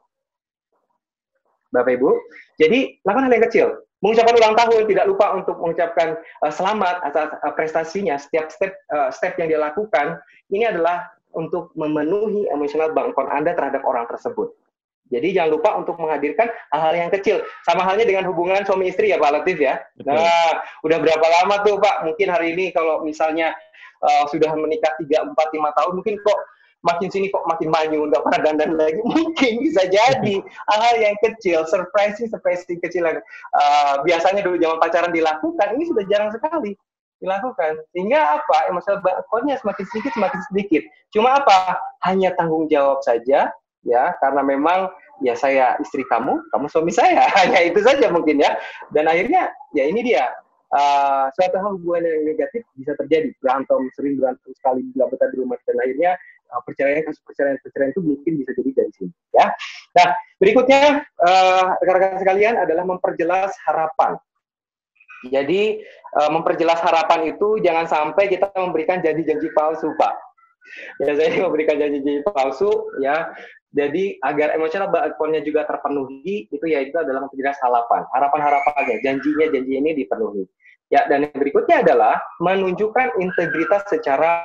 Bapak Ibu, jadi lakukan hal yang kecil. Mengucapkan ulang tahun, tidak lupa untuk mengucapkan uh, selamat atas uh, prestasinya, setiap step uh, step yang dia lakukan, ini adalah untuk memenuhi emosional bank account Anda terhadap orang tersebut. Jadi jangan lupa untuk menghadirkan hal-hal yang kecil. Sama halnya dengan hubungan suami istri ya Pak Latif ya. Betul. Nah, udah berapa lama tuh Pak? Mungkin hari ini kalau misalnya uh, sudah menikah tiga, empat, lima tahun, mungkin kok makin sini kok makin maju, nggak pernah dandan lagi. Mungkin bisa jadi hal-hal yang kecil, surprising, surprising kecil yang uh, biasanya dulu zaman pacaran dilakukan, ini sudah jarang sekali dilakukan. Sehingga apa? Emosional background-nya semakin sedikit, semakin sedikit. Cuma apa? Hanya tanggung jawab saja, ya, karena memang ya saya istri kamu, kamu suami saya. Hanya itu saja mungkin ya. Dan akhirnya, ya ini dia. Uh, suatu hal hubungan yang negatif bisa terjadi. Berantem, sering berantem sekali, tidak betah di rumah. Dan akhirnya, uh, perceraian, kasus perceraian-perceraian itu mungkin bisa jadi dari sini. Ya. Nah, berikutnya, uh, rekan-rekan sekalian adalah memperjelas harapan. Jadi, uh, memperjelas harapan itu jangan sampai kita memberikan janji-janji palsu, Pak. Biasanya memberikan janji-janji palsu, ya. Jadi agar emosional backbone-nya juga terpenuhi, itu yaitu adalah memperjelas harapan, harapan-harapannya, janjinya, janji ini dipenuhi. Ya, dan yang berikutnya adalah menunjukkan integritas secara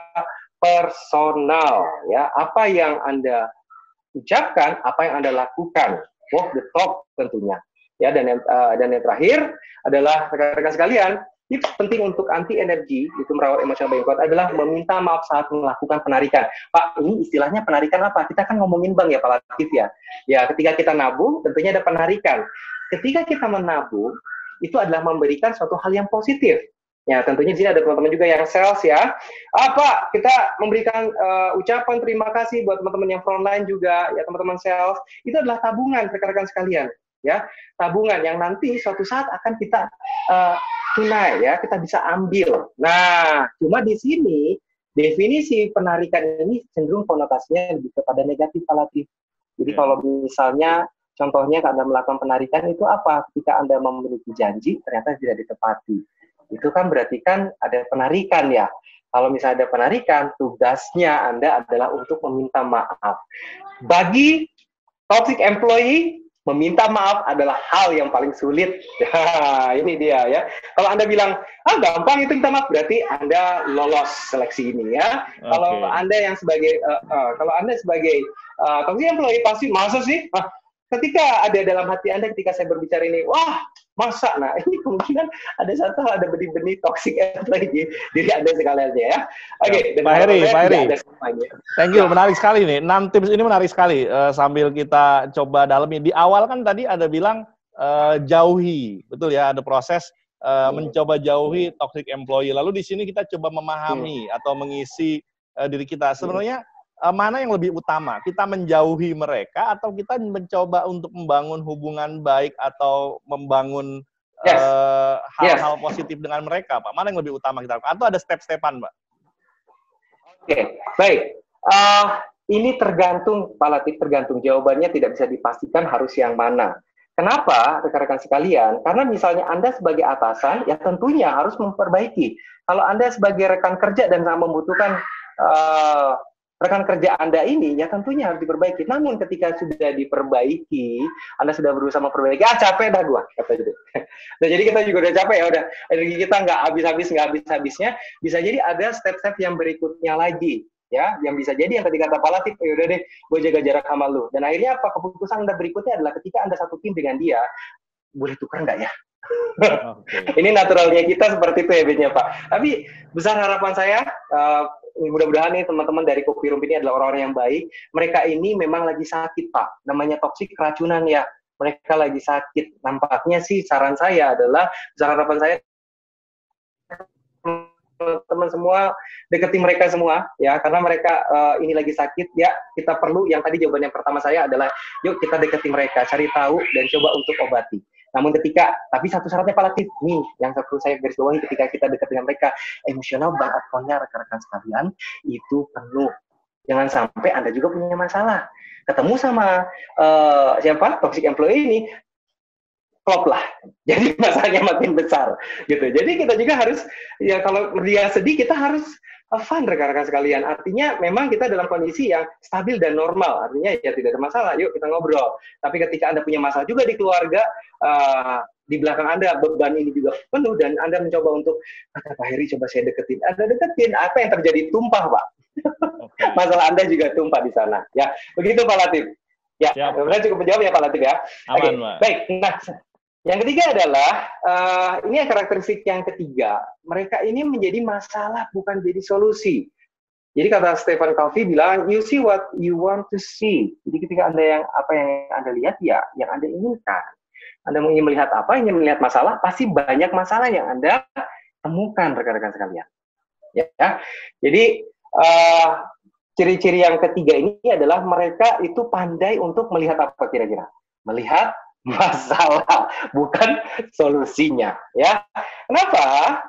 personal. Ya, apa yang Anda ucapkan, apa yang Anda lakukan, walk the talk tentunya. Ya, dan yang uh, dan yang terakhir adalah rekan-rekan sekalian. Tips penting untuk anti energi itu merawat emosional backbone adalah meminta maaf saat melakukan penarikan. Pak, ini istilahnya penarikan apa? Kita kan ngomongin bank ya Pak Latif ya. Ya, ketika kita nabung tentunya ada penarikan. Ketika kita menabung itu adalah memberikan suatu hal yang positif. Ya, tentunya di sini ada teman-teman juga yang sales ya. Ah, Pak, kita memberikan uh, ucapan terima kasih buat teman-teman yang frontline juga, ya teman-teman sales. Itu adalah tabungan rekan-rekan sekalian. Ya, tabungan yang nanti suatu saat akan kita uh, tunai ya, kita bisa ambil. Nah, cuma di sini definisi penarikan ini cenderung konotasinya lebih kepada negatif relatif. Jadi ya. Kalau misalnya contohnya Anda melakukan penarikan itu apa? Ketika Anda memiliki janji ternyata tidak ditepati. Itu kan berarti kan ada penarikan ya. Kalau misalnya ada penarikan, tugasnya Anda adalah untuk meminta maaf. Bagi toxic employee, meminta maaf adalah hal yang paling sulit. Nah, ini dia ya. Kalau Anda bilang, ah gampang itu minta maaf, berarti Anda lolos seleksi ini ya. Okay. Kalau Anda yang sebagai, uh, uh, kalau Anda sebagai uh, toxic employee pasti, masa sih? Ah, ketika ada dalam hati Anda ketika saya berbicara ini, wah masa, nah ini kemungkinan ada satu hal, ada benih-benih toxic employee di diri Anda sekalian ya. Oke, okay, ya, Pak Heri, Pak Heri, thank you, menarik sekali nih. enam tips ini menarik sekali. Uh, sambil kita coba dalami. Di awal kan tadi ada bilang uh, jauhi, betul ya? Ada proses uh, hmm. mencoba jauhi toxic employee. Lalu di sini kita coba memahami hmm. atau mengisi uh, diri kita. Sebenarnya uh, mana yang lebih utama? Kita menjauhi mereka atau kita mencoba untuk membangun hubungan baik atau membangun yes. uh, hal-hal yes. positif dengan mereka, Pak? Mana yang lebih utama kita lakukan? Atau ada step-stepan, Pak? Oke, okay. Baik. Uh, ini tergantung, Pak Latif, tergantung. Jawabannya tidak bisa dipastikan harus yang mana. Kenapa, rekan-rekan sekalian? Karena misalnya Anda sebagai atasan, ya tentunya harus memperbaiki. Kalau Anda sebagai rekan kerja dan sangat membutuhkan uh, rekan kerja Anda ini, ya tentunya harus diperbaiki. Namun ketika sudah diperbaiki, Anda sudah berusaha memperbaiki, ah capek dah gua, kata gitu. Nah, jadi kita juga udah capek ya, udah energi kita nggak habis-habis, nggak habis-habisnya. Bisa jadi ada step-step yang berikutnya lagi, ya, yang bisa jadi yang tadi kata Pak Latif, ya udah deh, gue jaga jarak sama lu. Dan akhirnya apa? Keputusan Anda berikutnya adalah ketika Anda satu tim dengan dia, boleh tukar nggak ya? Okay. Ini naturalnya kita seperti itu ya, bedanya Pak. Tapi besar harapan saya, uh, mudah-mudahan nih teman-teman dari Kopi Rumpi ini adalah orang-orang yang baik. Mereka ini memang lagi sakit, Pak. Namanya toksik keracunan ya. Mereka lagi sakit. Nampaknya sih saran saya adalah, besar harapan saya, teman-teman semua deketi mereka semua ya, karena mereka uh, ini lagi sakit ya. Kita perlu, yang tadi jawaban yang pertama saya adalah yuk kita deketi mereka, cari tahu dan coba untuk obati. Namun ketika, tapi satu syaratnya Pak Latif, nih yang satu saya garis bawahi ketika kita dekat dengan mereka, emosional bank account-nya rekan-rekan sekalian itu penuh. Jangan sampai Anda juga punya masalah. Ketemu sama uh, siapa toxic employee ini, klop lah. Jadi masalahnya makin besar gitu. Jadi kita juga harus, ya kalau dia sedih kita harus fun rekan-rekan sekalian. Artinya memang kita dalam kondisi yang stabil dan normal. Artinya ya tidak ada masalah, yuk kita ngobrol. Tapi ketika Anda punya masalah juga di keluarga, uh, di belakang Anda beban ini juga penuh dan Anda mencoba untuk, kata Pak Heri coba saya deketin. Anda deketin, apa yang terjadi? Tumpah, Pak. Okay. Masalah Anda juga tumpah di sana. Ya, begitu Pak Latif. Ya, saya cukup menjawab ya Pak Latif ya. Oke, okay. Baik. Nah, yang ketiga adalah, uh, ini karakteristik yang ketiga, mereka ini menjadi masalah bukan jadi solusi. Jadi kata Stephen Covey bilang, you see what you want to see. Jadi ketika Anda yang apa yang Anda lihat, ya yang Anda inginkan. Anda ingin melihat apa, ingin melihat masalah, pasti banyak masalah yang Anda temukan rekan-rekan sekalian. Ya, jadi uh, ciri-ciri yang ketiga ini adalah mereka itu pandai untuk melihat apa kira-kira? Melihat masalah, bukan solusinya, ya. Kenapa?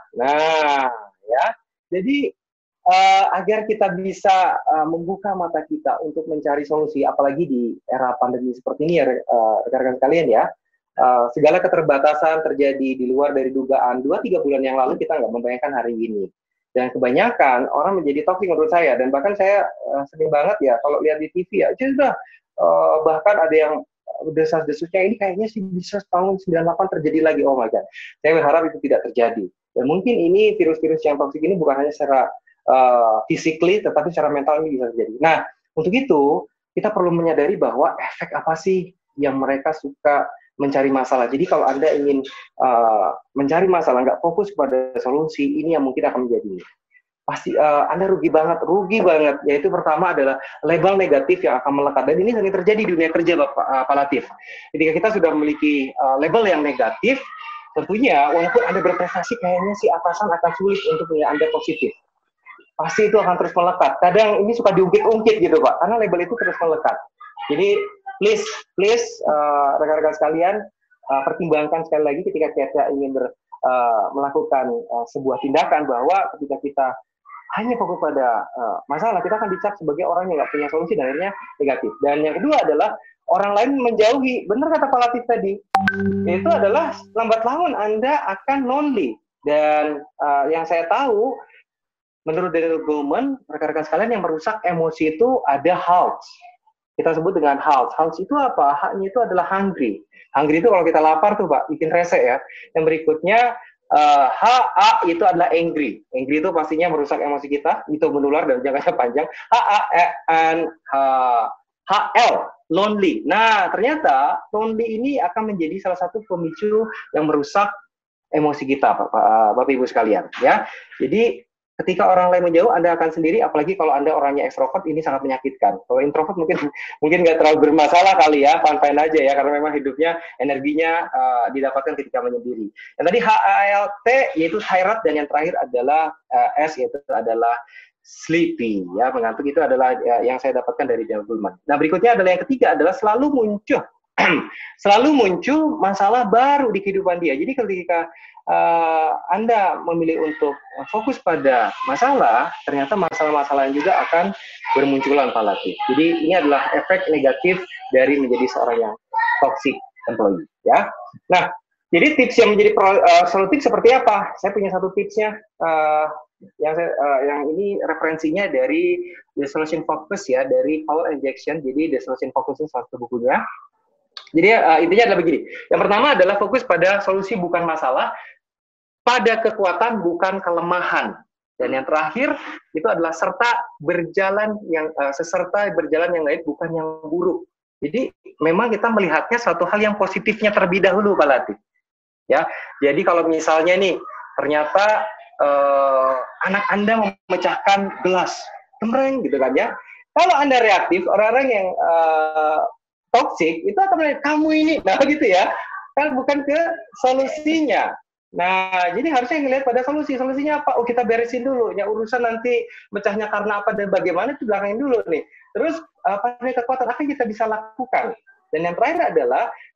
Nah, ya. Jadi uh, agar kita bisa uh, membuka mata kita untuk mencari solusi, apalagi di era pandemi seperti ini, ya, uh, rekan-rekan sekalian ya. Uh, segala keterbatasan terjadi di luar dari dugaan. Dua tiga bulan yang lalu kita nggak membayangkan hari ini. Dan kebanyakan orang menjadi toxic menurut saya. Dan bahkan saya uh, sering banget ya kalau lihat di T V ya, sudah uh, bahkan ada yang desas-desusnya ini kayaknya sih bisa tahun sembilan puluh delapan terjadi lagi. Oh my God. Saya berharap itu tidak terjadi. Dan mungkin ini virus-virus yang toksik ini bukan hanya secara uh, physically, tetapi secara mental ini bisa terjadi. Nah, untuk itu kita perlu menyadari bahwa efek apa sih yang mereka suka mencari masalah. Jadi kalau Anda ingin uh, mencari masalah, nggak fokus pada solusi, ini yang mungkin akan menjadi pasti uh, Anda rugi banget, rugi banget. Yaitu pertama adalah label negatif yang akan melekat. Dan ini sering terjadi di dunia kerja, Bapak uh, Pak Latif. Ketika kita sudah memiliki uh, label yang negatif, tentunya walaupun Anda berprestasi, kayaknya si atasan akan sulit untuk punya Anda positif. Pasti itu akan terus melekat. Kadang ini suka diungkit-ungkit gitu, Pak, karena label itu terus melekat. Jadi please, please uh, rekan-rekan sekalian, uh, pertimbangkan sekali lagi ketika kita ingin ber, uh, melakukan uh, sebuah tindakan, bahwa ketika kita hanya fokus pada uh, masalah, kita akan dicap sebagai orang yang nggak punya solusi dan akhirnya negatif. Dan yang kedua adalah orang lain menjauhi. Benar kata Pak Latif tadi, itu adalah lambat laun Anda akan lonely. Dan uh, yang saya tahu, menurut Daniel Goleman, rekan-rekan sekalian, yang merusak emosi itu ada H. Kita sebut dengan H. H itu apa? H-nya itu adalah hungry. Hungry itu kalau kita lapar tuh, Pak, bikin rese ya. Yang berikutnya, Uh, H A itu adalah angry. Angry itu pastinya merusak emosi kita, itu menular dan jangkanya panjang. H A and H L lonely. Nah, ternyata lonely ini akan menjadi salah satu pemicu yang merusak emosi kita, Bapak, Bapak Ibu sekalian, ya. Jadi ketika orang lain menjauh, Anda akan sendiri, apalagi kalau Anda orangnya ekstrovert, ini sangat menyakitkan. Kalau introvert mungkin mungkin nggak terlalu bermasalah kali ya, fine-fine aja ya, karena memang hidupnya, energinya uh, didapatkan ketika menyendiri. Yang tadi H A L T, yaitu tired, dan yang terakhir adalah uh, S, yaitu adalah sleepy, ya, mengantuk. Itu adalah uh, yang saya dapatkan dari Daniel Goleman. Nah, berikutnya adalah yang ketiga, adalah selalu muncul. selalu muncul masalah baru di kehidupan dia. Jadi ketika uh, Anda memilih untuk fokus pada masalah, ternyata masalah-masalah yang juga akan bermunculan, Pak Latif. Jadi ini adalah efek negatif dari menjadi seorang yang toxic employee, ya. Nah, jadi tips yang menjadi pro, uh, solutif seperti apa? Saya punya satu tipsnya, uh, yang saya, uh, yang ini referensinya dari The Solution Focus ya, dari Paul and Jackson. Jadi The Solution Focus ini salah satu bukunya. Jadi uh, intinya adalah begini. Yang pertama adalah fokus pada solusi bukan masalah, pada kekuatan bukan kelemahan. Dan yang terakhir itu adalah serta berjalan yang uh, seserta berjalan yang baik bukan yang buruk. Jadi memang kita melihatnya suatu hal yang positifnya terlebih dahulu, Pak Latif. Ya. Jadi kalau misalnya nih ternyata uh, anak Anda memecahkan gelas, temreng gitu kan ya. Kalau Anda reaktif, orang-orang yang uh, toxic itu akan melihat kamu ini, nah gitu ya, kan bukan ke solusinya. Nah, jadi harusnya ngelihat pada solusi. Solusinya apa? Oh, kita beresin dulu. Ya, urusan nanti mecahnya karena apa dan bagaimana itu belakangin dulu nih. Terus apa nih kekuatan apa yang kita bisa lakukan? Dan yang terakhir adalah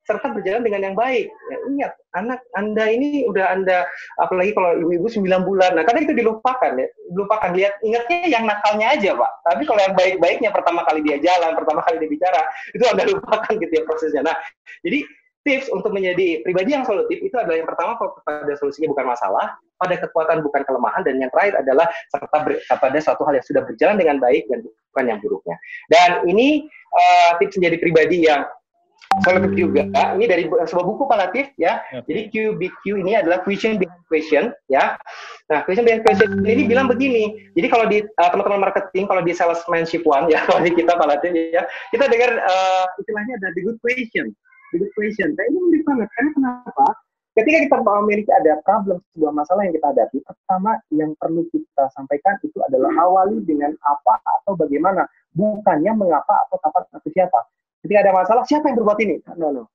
serta berjalan dengan yang baik. Ya, ingat, anak Anda ini udah Anda, apalagi kalau ibu-ibu sembilan bulan, nah kadang itu dilupakan ya, dilupakan. Lihat, ingatnya yang nakalnya aja, Pak. Tapi kalau yang baik-baiknya, pertama kali dia jalan, pertama kali dia bicara, itu Anda lupakan gitu ya prosesnya. Nah, jadi tips untuk menjadi pribadi yang solutif itu adalah yang pertama pada solusinya bukan masalah, pada kekuatan bukan kelemahan, dan yang terakhir adalah serta ber, pada suatu hal yang sudah berjalan dengan baik dan bukan yang buruknya. Dan ini uh, tips menjadi pribadi yang solutif juga. Ini dari sebuah buku Pak Latif ya. Okay. Jadi Q B Q ini adalah question behind question ya. Nah, question behind question ini bilang begini. Jadi kalau di uh, teman-teman marketing, kalau di salesmanship one ya, kalau di kita Pak Latif ya, kita dengar uh, istilahnya ada the good question. The good question. Nah, ini menarik banget. Karena kenapa? Ketika kita memiliki ada problem, sebuah masalah yang kita hadapi, pertama yang perlu kita sampaikan itu adalah awali dengan apa atau bagaimana, bukannya mengapa atau kapan atau siapa. Ketika ada masalah, siapa yang berbuat ini? No, no.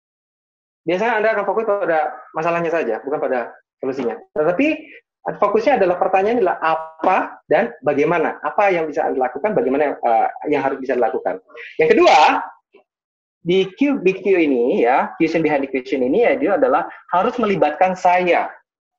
Biasanya Anda akan fokus pada masalahnya saja, bukan pada solusinya. Tetapi fokusnya adalah pertanyaan adalah apa dan bagaimana. Apa yang bisa Anda lakukan, bagaimana uh, yang harus bisa dilakukan. Yang kedua, di Q B Q ini ya, question behind the question ini ya, dia adalah harus melibatkan saya.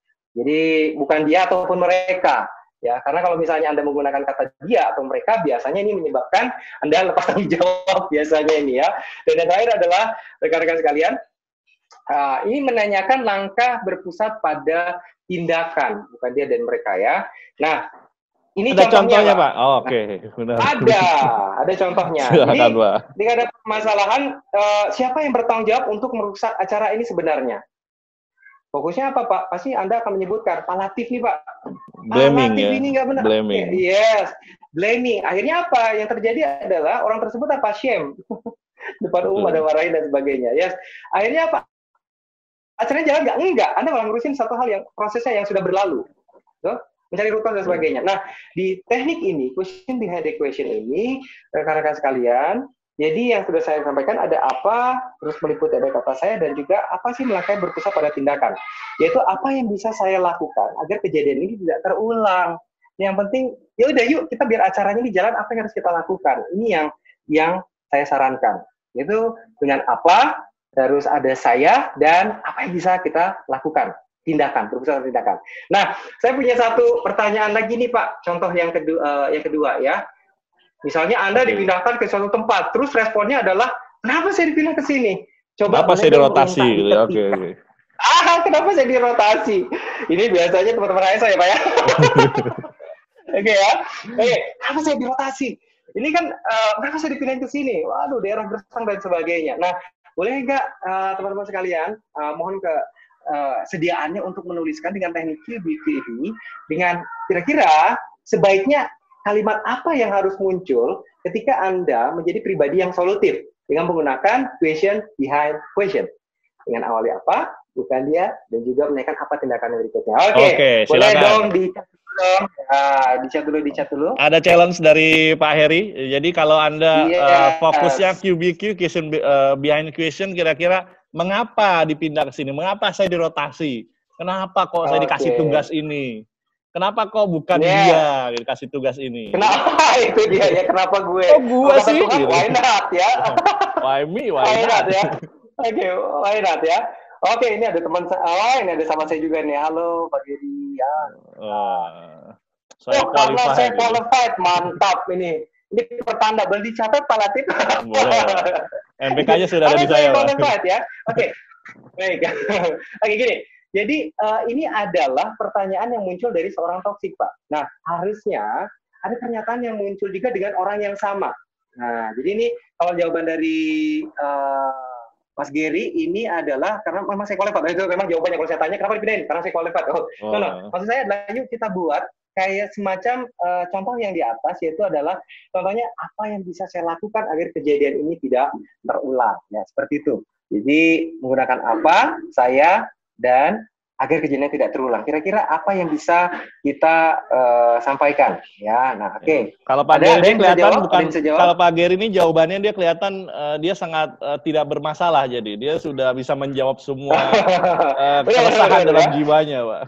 Jadi bukan dia ataupun mereka. Ya, karena kalau misalnya Anda menggunakan kata dia atau mereka, biasanya ini menyebabkan Anda lepas tanggung jawab biasanya ini ya. Dan yang terakhir adalah rekan-rekan sekalian, uh, ini menanyakan langkah berpusat pada tindakan, bukan dia dan mereka ya. Nah, ini ada contohnya, contohnya Pak. Pak. Oh, oke, okay. Ada, ada contohnya. Silakan, Jadi, Pak. jika ada permasalahan, uh, siapa yang bertanggung jawab untuk merusak acara ini sebenarnya? Fokusnya apa, Pak? Pasti Anda akan menyebutkan, Pak Latif nih, Pak. Blaming, Pak Latif ya? ini nggak benar. Blaming. Yes, blaming. Akhirnya apa? Yang terjadi adalah orang tersebut apa? Shame. Depan umum ada marahin dan sebagainya. Yes. Akhirnya apa? Acaranya jalan nggak? Enggak. Anda malah ngurusin satu hal yang prosesnya yang sudah berlalu. So, mencari rutan dan sebagainya. Nah, di teknik ini, question behind the question ini, rekan-rekan sekalian, jadi yang sudah saya sampaikan ada apa, terus meliputi ada kata saya, dan juga apa sih langkah yang berpusat pada tindakan. Yaitu apa yang bisa saya lakukan agar kejadian ini tidak terulang. Yang penting, ya udah yuk kita biar acaranya ini jalan, apa yang harus kita lakukan. Ini yang yang saya sarankan. Yaitu dengan apa, terus ada saya, dan apa yang bisa kita lakukan. Tindakan, berpusat pada tindakan. Nah, saya punya satu pertanyaan lagi nih Pak, contoh yang kedua, uh, yang kedua ya. Misalnya Anda dipindahkan ke suatu tempat, terus responnya adalah, kenapa saya dipindah ke sini? Coba kenapa saya dirotasi? Gitu ya? Oke. Okay. Ah, kenapa saya dirotasi? Ini biasanya teman-teman saya, Pak ya. Oke okay, ya. Oke, okay. Kenapa saya dirotasi? Ini kan, uh, kenapa saya dipindahin ke sini? Waduh, daerah gersang dan sebagainya. Nah, boleh nggak uh, teman-teman sekalian, uh, mohon ke Uh, sediaannya untuk menuliskan dengan teknik Q B Q ini, dengan kira-kira sebaiknya kalimat apa yang harus muncul ketika Anda menjadi pribadi yang solutif dengan menggunakan question behind question. Dengan awalnya apa, bukan dia, dan juga menanyakan apa tindakan berikutnya. Oke, okay, okay, boleh dong dicat dulu, uh, dicat dulu, dicat dulu. Ada challenge dari Pak Heri. Jadi kalau Anda yes. uh, fokusnya Q B Q, question uh, behind question, kira-kira mengapa dipindah ke sini? Mengapa saya dirotasi? Kenapa kok saya okay. dikasih tugas ini? Kenapa kok bukan yeah. dia dikasih tugas ini? Kenapa itu dia ya? Kenapa gue? Oh, gue sih. Gitu. Why not ya? Why me? Why, why not? not ya? Oke, okay, why not ya? Oke, okay, ini ada teman saya. Oh, ini ada sama saya juga nih. Halo, Pak Giri. Ya. Uh, saya oh, karena saya qualified, mantap ini. Ini pertanda, boleh dicatat Pak Latif? Boleh. M P K-nya sudah ada di saya, Pak. Ya. Oke, baik. Oke, gini. Jadi, uh, ini adalah pertanyaan yang muncul dari seorang toksik, Pak. Nah, harusnya ada pernyataan yang muncul juga dengan orang yang sama. Nah, jadi ini kalau jawaban dari uh, Mas Gary ini adalah karena memang saya qualified. Itu memang jawabannya kalau saya tanya, kenapa dipindahin? Karena saya qualified. Oh, oh. No, no. Maksud saya adalah, yuk kita buat kayak semacam uh, contoh yang di atas, yaitu adalah contohnya apa yang bisa saya lakukan agar kejadian ini tidak terulang, ya seperti itu. Jadi menggunakan apa, saya, dan agar kejadian tidak terulang. Kira-kira apa yang bisa kita uh, sampaikan, ya. Nah, oke. Okay. Kalau Pak Gary ini kelihatan jawab, bukan. Kalau Pak Gary ini jawabannya dia kelihatan uh, dia sangat uh, tidak bermasalah, jadi dia sudah bisa menjawab semua uh, keresahan dalam ya? jiwanya, Pak.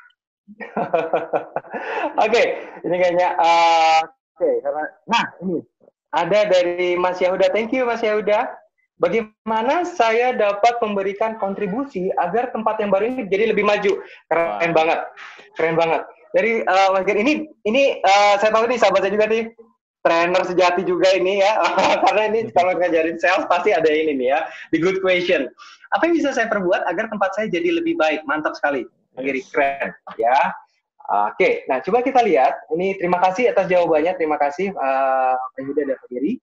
Oke, okay, ini kayaknya uh, oke okay, karena nah ini ada dari Mas Yahuda. Thank you Mas Yahuda. bagaimana saya dapat memberikan kontribusi agar tempat yang baru ini jadi lebih maju. Keren wow. banget, keren banget. Jadi uh, ini ini uh, saya tahu nih sahabat saya juga nih trainer sejati juga ini ya, karena ini kalau ngajarin sales pasti ada ini nih ya, the good question. Apa yang bisa saya perbuat agar tempat saya jadi lebih baik? Mantap sekali, Giri, keren ya. Oke, okay. Nah coba kita lihat. Ini terima kasih atas jawabannya, terima kasih uh, Pak Yuda dan Pak Giri.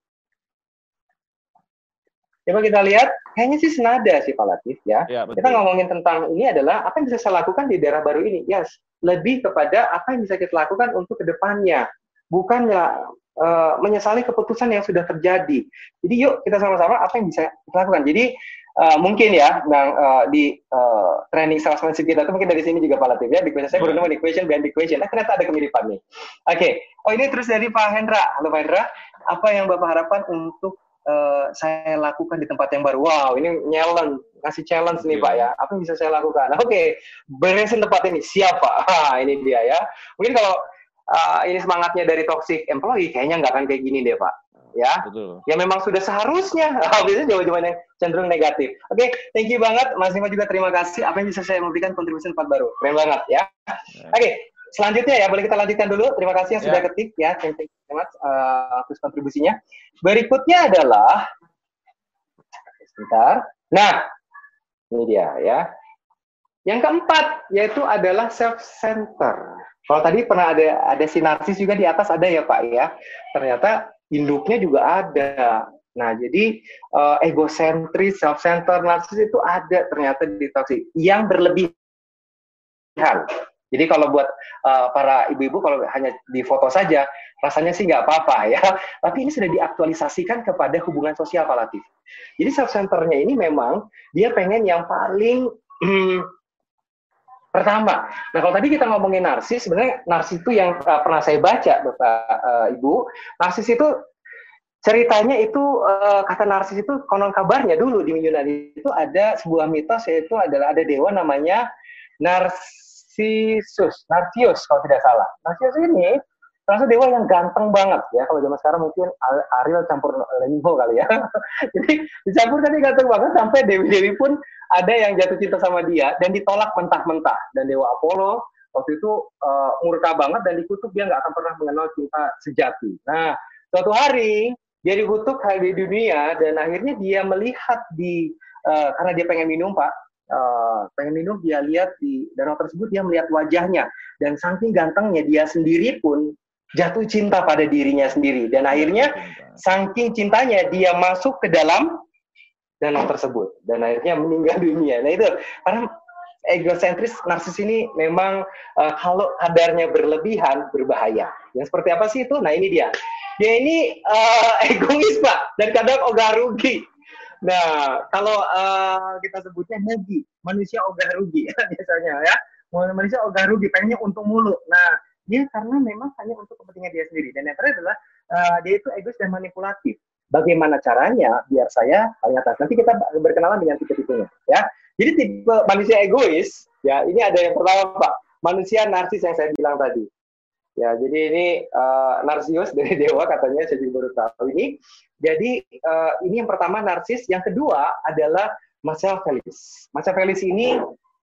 Coba kita lihat, kayaknya sih senada sih Pak Latif ya. ya kita ngomongin tentang ini adalah apa yang bisa saya lakukan di daerah baru ini. Yes, lebih kepada apa yang bisa kita lakukan untuk kedepannya, bukannya uh, menyesali keputusan yang sudah terjadi. Jadi yuk kita sama-sama apa yang bisa kita lakukan. Jadi uh, mungkin ya, nah, uh, di uh, training salesmanship kita itu mungkin dari sini juga Pak Latif ya. Di saya baru nemu equation behind equation. Nah ternyata ada kemiripan nih. Oke, okay. Oh ini terus dari Pak Hendra. Halo Pak Hendra, apa yang Bapak harapkan untuk Uh, saya lakukan di tempat yang baru? Wow, ini challenge, ngasih challenge nih Pak ya. Apa yang bisa saya lakukan? Oke, okay, beresin tempat ini. Siapa? Ah, ini dia ya. Mungkin kalau uh, ini semangatnya dari toxic employee, kayaknya nggak akan kayak gini deh Pak. Ya, betul. Ya memang sudah seharusnya. Biasanya jawaban yang cenderung negatif. Oke, okay, thank you banget. Mas Nima juga terima kasih. Apa yang bisa saya memberikan kontribusi tempat baru? Keren banget ya. Oke. Okay. Selanjutnya ya, boleh kita lanjutkan dulu. Terima kasih yang sudah yeah. ketik ya, thank you so much uh, atas kontribusinya. Berikutnya adalah, sebentar. Nah, ini dia ya. Yang keempat yaitu adalah self-center. Kalau tadi pernah ada ada si narsis juga di atas ada ya Pak ya. Ternyata induknya juga ada. Nah, jadi uh, egosentris, self-center, narsis itu ada ternyata di toxic yang berlebihan. Jadi kalau buat uh, para ibu-ibu kalau hanya di foto saja, rasanya sih nggak apa-apa ya. Tapi ini sudah diaktualisasikan kepada hubungan sosial Pak Latif. Jadi self-centernya ini memang dia pengen yang paling hmm, pertama. Nah kalau tadi kita ngomongin narsis, sebenarnya narsis itu yang uh, pernah saya baca Bapak uh, Ibu, narsis itu ceritanya itu uh, kata narsis itu konon kabarnya dulu di Yunani itu ada sebuah mitos yaitu adalah ada dewa namanya Narsis. Narcissus, Narcius kalau tidak salah. Narcius ini terasa dewa yang ganteng banget ya. Kalau zaman sekarang mungkin Ariel campur Lenho kali ya. Jadi dicampur tadi ganteng banget sampai dewi-dewi pun ada yang jatuh cinta sama dia dan ditolak mentah-mentah. Dan dewa Apollo waktu itu uh, murka banget dan dikutuk dia nggak akan pernah mengenal cinta sejati. Nah, suatu hari dia dikutuk di dunia dan akhirnya dia melihat di uh, karena dia pengen minum Pak. Uh, pengen minum, dia lihat di danau tersebut, dia melihat wajahnya dan saking gantengnya dia sendiri pun jatuh cinta pada dirinya sendiri dan akhirnya saking cintanya dia masuk ke dalam danau tersebut dan akhirnya meninggal dunia. Nah itu karena egosentris narsis ini memang uh, kalau kadarnya berlebihan berbahaya. Yang seperti apa sih itu? Nah ini dia, dia ini uh, egois Pak dan kadang ogah rugi. Nah, kalau uh, kita sebutnya mugi, manusia ogah rugi biasanya ya. Manusia ogah rugi, pengennya untung mulu. Nah, dia karena memang hanya untuk kepentingan dia sendiri. Dan yang terakhir adalah uh, dia itu egois dan manipulatif. Bagaimana caranya? Biar saya paling atas. Nanti kita berkenalan dengan tipe-tipenya ya. Jadi tipe manusia egois, ya ini ada yang pertama Pak, manusia narsis yang saya bilang tadi. Ya, jadi ini uh, Narsius dari dewa katanya, saya juga baru tahu ini. Jadi uh, ini yang pertama narsis, yang kedua adalah Machiavellis. Machiavellis ini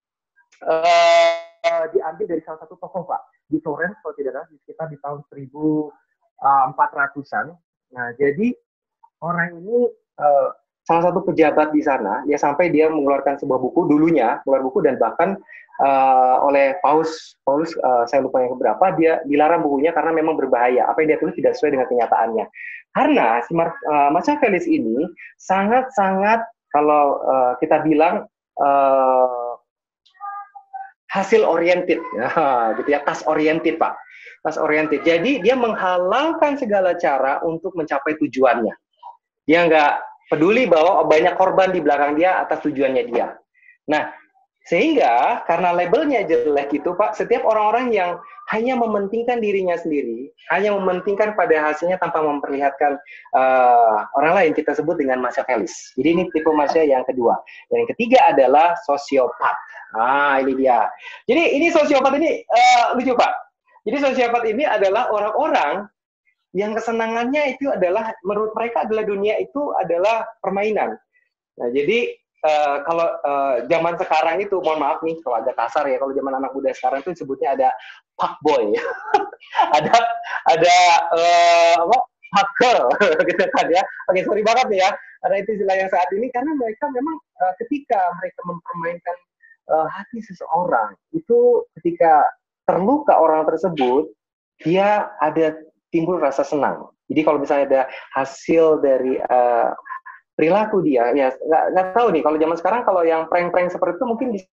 uh, diambil dari salah satu tokoh Pak di Florence kalau tidak salah sekitar di tahun seribu empat ratusan. Nah, jadi orang ini uh, salah satu pejabat di sana, dia sampai dia mengeluarkan sebuah buku dulunya, keluar buku dan bahkan uh, oleh Paus, Paulus, uh, saya lupa yang keberapa, dia dilarang bukunya karena memang berbahaya. Apa yang dia tulis tidak sesuai dengan kenyataannya. Karena si uh, Machiavellis ini sangat-sangat kalau uh, kita bilang uh, hasil oriented, ya, gitu ya, task oriented Pak, task oriented. Jadi dia menghalalkan segala cara untuk mencapai tujuannya. Dia nggak peduli bahwa banyak korban di belakang dia atas tujuannya dia. Nah, sehingga karena labelnya jelek itu Pak, setiap orang-orang yang hanya mementingkan dirinya sendiri, hanya mementingkan pada hasilnya tanpa memperlihatkan uh, orang lain, kita sebut dengan Machiavellis. Jadi ini tipe manusia yang kedua. Dan yang ketiga adalah sosiopat. Nah, ini dia. Jadi ini sosiopat ini uh, lucu Pak. Jadi sosiopat ini adalah orang-orang yang kesenangannya itu adalah, menurut mereka adalah dunia itu adalah permainan. Nah, jadi uh, kalau uh, zaman sekarang itu, mohon maaf nih kalau agak kasar ya, kalau zaman anak muda sekarang itu sebutnya ada fuckboy, ada ada uh, apa hacker gitu kan ya. Oke, sorry banget nih ya, ada itu istilah yang saat ini karena mereka memang uh, ketika mereka mempermainkan uh, hati seseorang itu ketika terluka orang tersebut, dia ada timbul rasa senang. Jadi kalau misalnya ada hasil dari uh, perilaku dia, ya nggak nggak tahu nih kalau zaman sekarang kalau yang prank-prank seperti itu mungkin bisa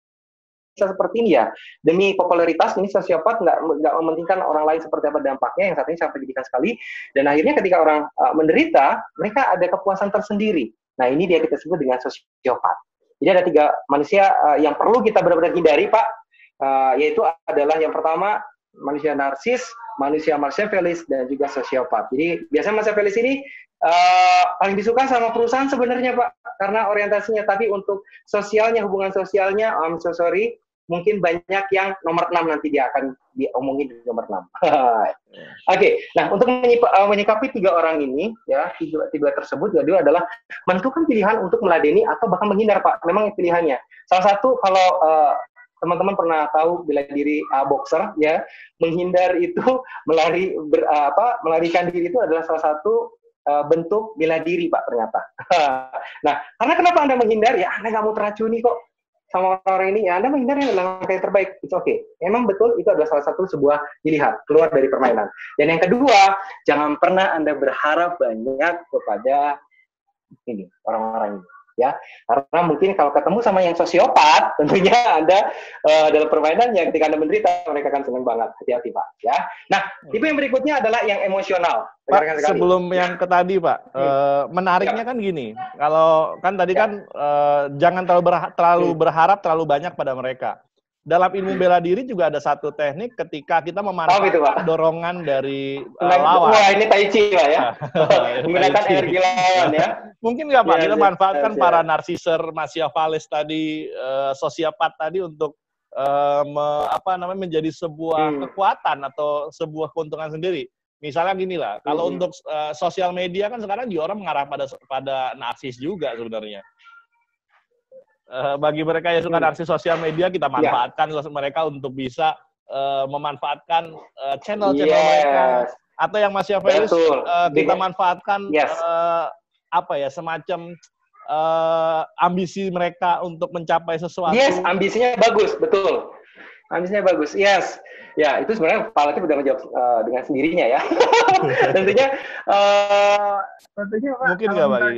seperti ini ya, demi popularitas ini sosiopat nggak nggak mementingkan orang lain seperti apa dampaknya, yang saat ini sangat menyedihkan sekali, dan akhirnya ketika orang uh, menderita, mereka ada kepuasan tersendiri. Nah ini dia kita sebut dengan sosiopat. Jadi ada tiga manusia uh, yang perlu kita benar-benar hindari Pak, uh, yaitu adalah yang pertama manusia narsis, manusia Machiavellis, dan juga sosiopat. Jadi biasanya Machiavellis ini uh, paling disuka sama perusahaan sebenarnya Pak, karena orientasinya, tapi untuk sosialnya, hubungan sosialnya, I'm so sorry, mungkin banyak yang nomor enam nanti dia akan diomongin di nomor enam. Oke, okay. Nah untuk menyikapi tiga orang ini, ya tiga, tiga tersebut, kedua adalah menentukan pilihan untuk meladeni atau bahkan menghindar Pak. Memang pilihannya. Salah satu kalau uh, teman-teman pernah tahu bela diri uh, boxer, ya menghindar itu melari ber, uh, apa melarikan diri itu adalah salah satu uh, bentuk bela diri Pak ternyata. Nah karena kenapa Anda menghindar? Ya Anda nggak mau teracuni kok sama orang ini, ya Anda menghindar adalah langkah yang terbaik. It's okay. Memang betul itu adalah salah satu sebuah pilihan keluar dari permainan. Dan yang kedua, jangan pernah Anda berharap banyak kepada ini orang-orang ini, ya. Karena mungkin kalau ketemu sama yang sosiopat, tentunya Anda uh, dalam permainan yang ketika Anda menderita, mereka akan senang banget. Hati-hati Pak, ya. Nah, tipe yang berikutnya adalah yang emosional. Pak, sebelum yang ke tadi Pak, hmm. uh, menariknya ya. Kan gini, kalau kan tadi ya. kan uh, jangan terlalu, berha terlalu hmm. berharap terlalu banyak pada mereka. Dalam ilmu bela diri juga ada satu teknik ketika kita memanfaatkan oh, gitu, dorongan dari uh, lawan. Wah ini Tai Chi Pak ya, menggunakan energi lawan ya. Mungkin nggak Pak, ya, kita ya, manfaatkan ya, para narsiser, Machiavellis tadi, uh, sosiopat tadi untuk uh, me, apa namanya menjadi sebuah hmm. kekuatan atau sebuah keuntungan sendiri. Misalnya gini lah, kalau hmm. untuk uh, sosial media kan sekarang juga orang mengarah pada pada narsis juga sebenarnya. Uh, bagi mereka yang suka narsis sosial media, kita manfaatkan yeah. mereka untuk bisa uh, memanfaatkan channel-channel uh, yes. mereka. Atau yang Machiavellis, uh, kita manfaatkan yes. uh, apa ya semacam uh, ambisi mereka untuk mencapai sesuatu. Yes, ambisinya bagus, betul. Ambisinya bagus, yes. Ya, itu sebenarnya Pak Latif udah menjawab uh, dengan sendirinya ya. tentunya, uh, tentunya Pak. Mungkin nggak Pak?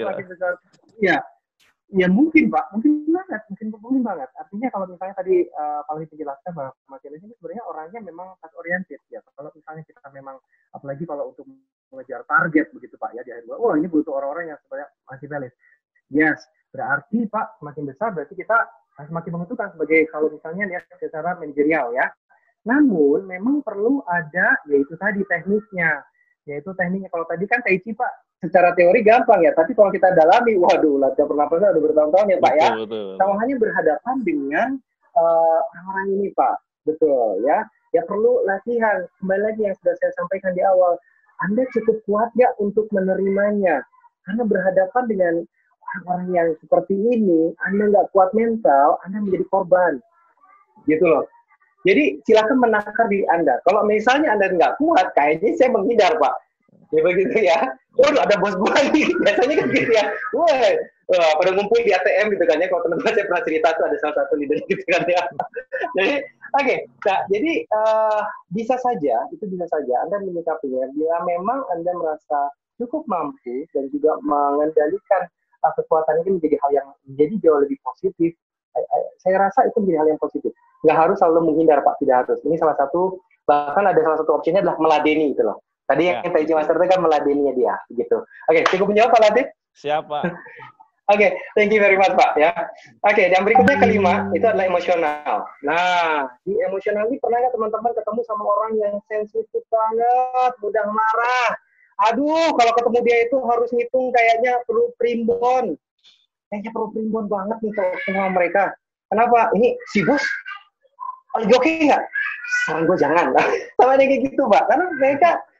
Ya, ya mungkin Pak, mungkin banget, mungkin mungkin banget. Artinya kalau misalnya tadi uh, Pak Latif menjelaskan bahwa Machiavelli ini sebenarnya orangnya memang task oriented ya. Kalau misalnya kita memang, apalagi kalau untuk mengejar target begitu Pak ya di akhir bulan, oh ini butuh orang-orang yang sebenarnya Machiavelli. Yes, berarti Pak semakin besar berarti kita semakin menentukan sebagai kalau misalnya lihat secara manajerial ya. Namun memang perlu ada yaitu tadi tekniknya, yaitu tekniknya kalau tadi kan Tai Chi Pak secara teori gampang ya, tapi kalau kita dalami, waduh latihan pernapasan udah bertahun-tahun ya Pak ya. Sama hanya berhadapan dengan orang-orang uh, ini Pak, betul ya. Ya perlu latihan. Kembali lagi yang sudah saya sampaikan di awal, Anda cukup kuat nggak untuk menerimanya? Karena berhadapan dengan orang-orang yang seperti ini, Anda nggak kuat mental, Anda menjadi korban, gitu loh. Jadi silakan menakar diri Anda. Kalau misalnya Anda nggak kuat, kayaknya saya menghindar Pak. Ya begitu ya. Waduh ada bos gua nih. Biasanya kan gitu ya. Wah, uh, pada ngumpul di A T M gitu kan ya. Kalau teman-teman saya pernah cerita tuh ada salah satu leader gitu kan ya. Jadi oke. Okay. Nah jadi uh, bisa saja, itu bisa saja Anda menyikapinya. Bila memang Anda merasa cukup mampu dan juga mengendalikan uh, kekuatan ini menjadi hal yang menjadi jauh lebih positif. Saya rasa itu menjadi hal yang positif. Nggak harus selalu menghindar Pak, tidak harus. Ini salah satu, bahkan ada salah satu opsinya adalah meladeni gitu loh. Tadi ya. Yang Tai Chi Master itu kan meladeninya dia, gitu. Oke, cukup menjawab Pak Latif? Siapa? Oke, okay, thank you very much Pak ya. Oke, okay, dan berikutnya kelima itu adalah emosional. Nah, di emosional ini pernah nggak teman-teman ketemu sama orang yang sensitif banget, mudah marah? Aduh, kalau ketemu dia itu harus ngitung kayaknya perlu primbon. Kayaknya perlu primbon banget nih kalau semua mereka. Kenapa? Ini si bos lagi oke nggak? Saran gue jangan. Sama kayak gitu Pak. Karena mereka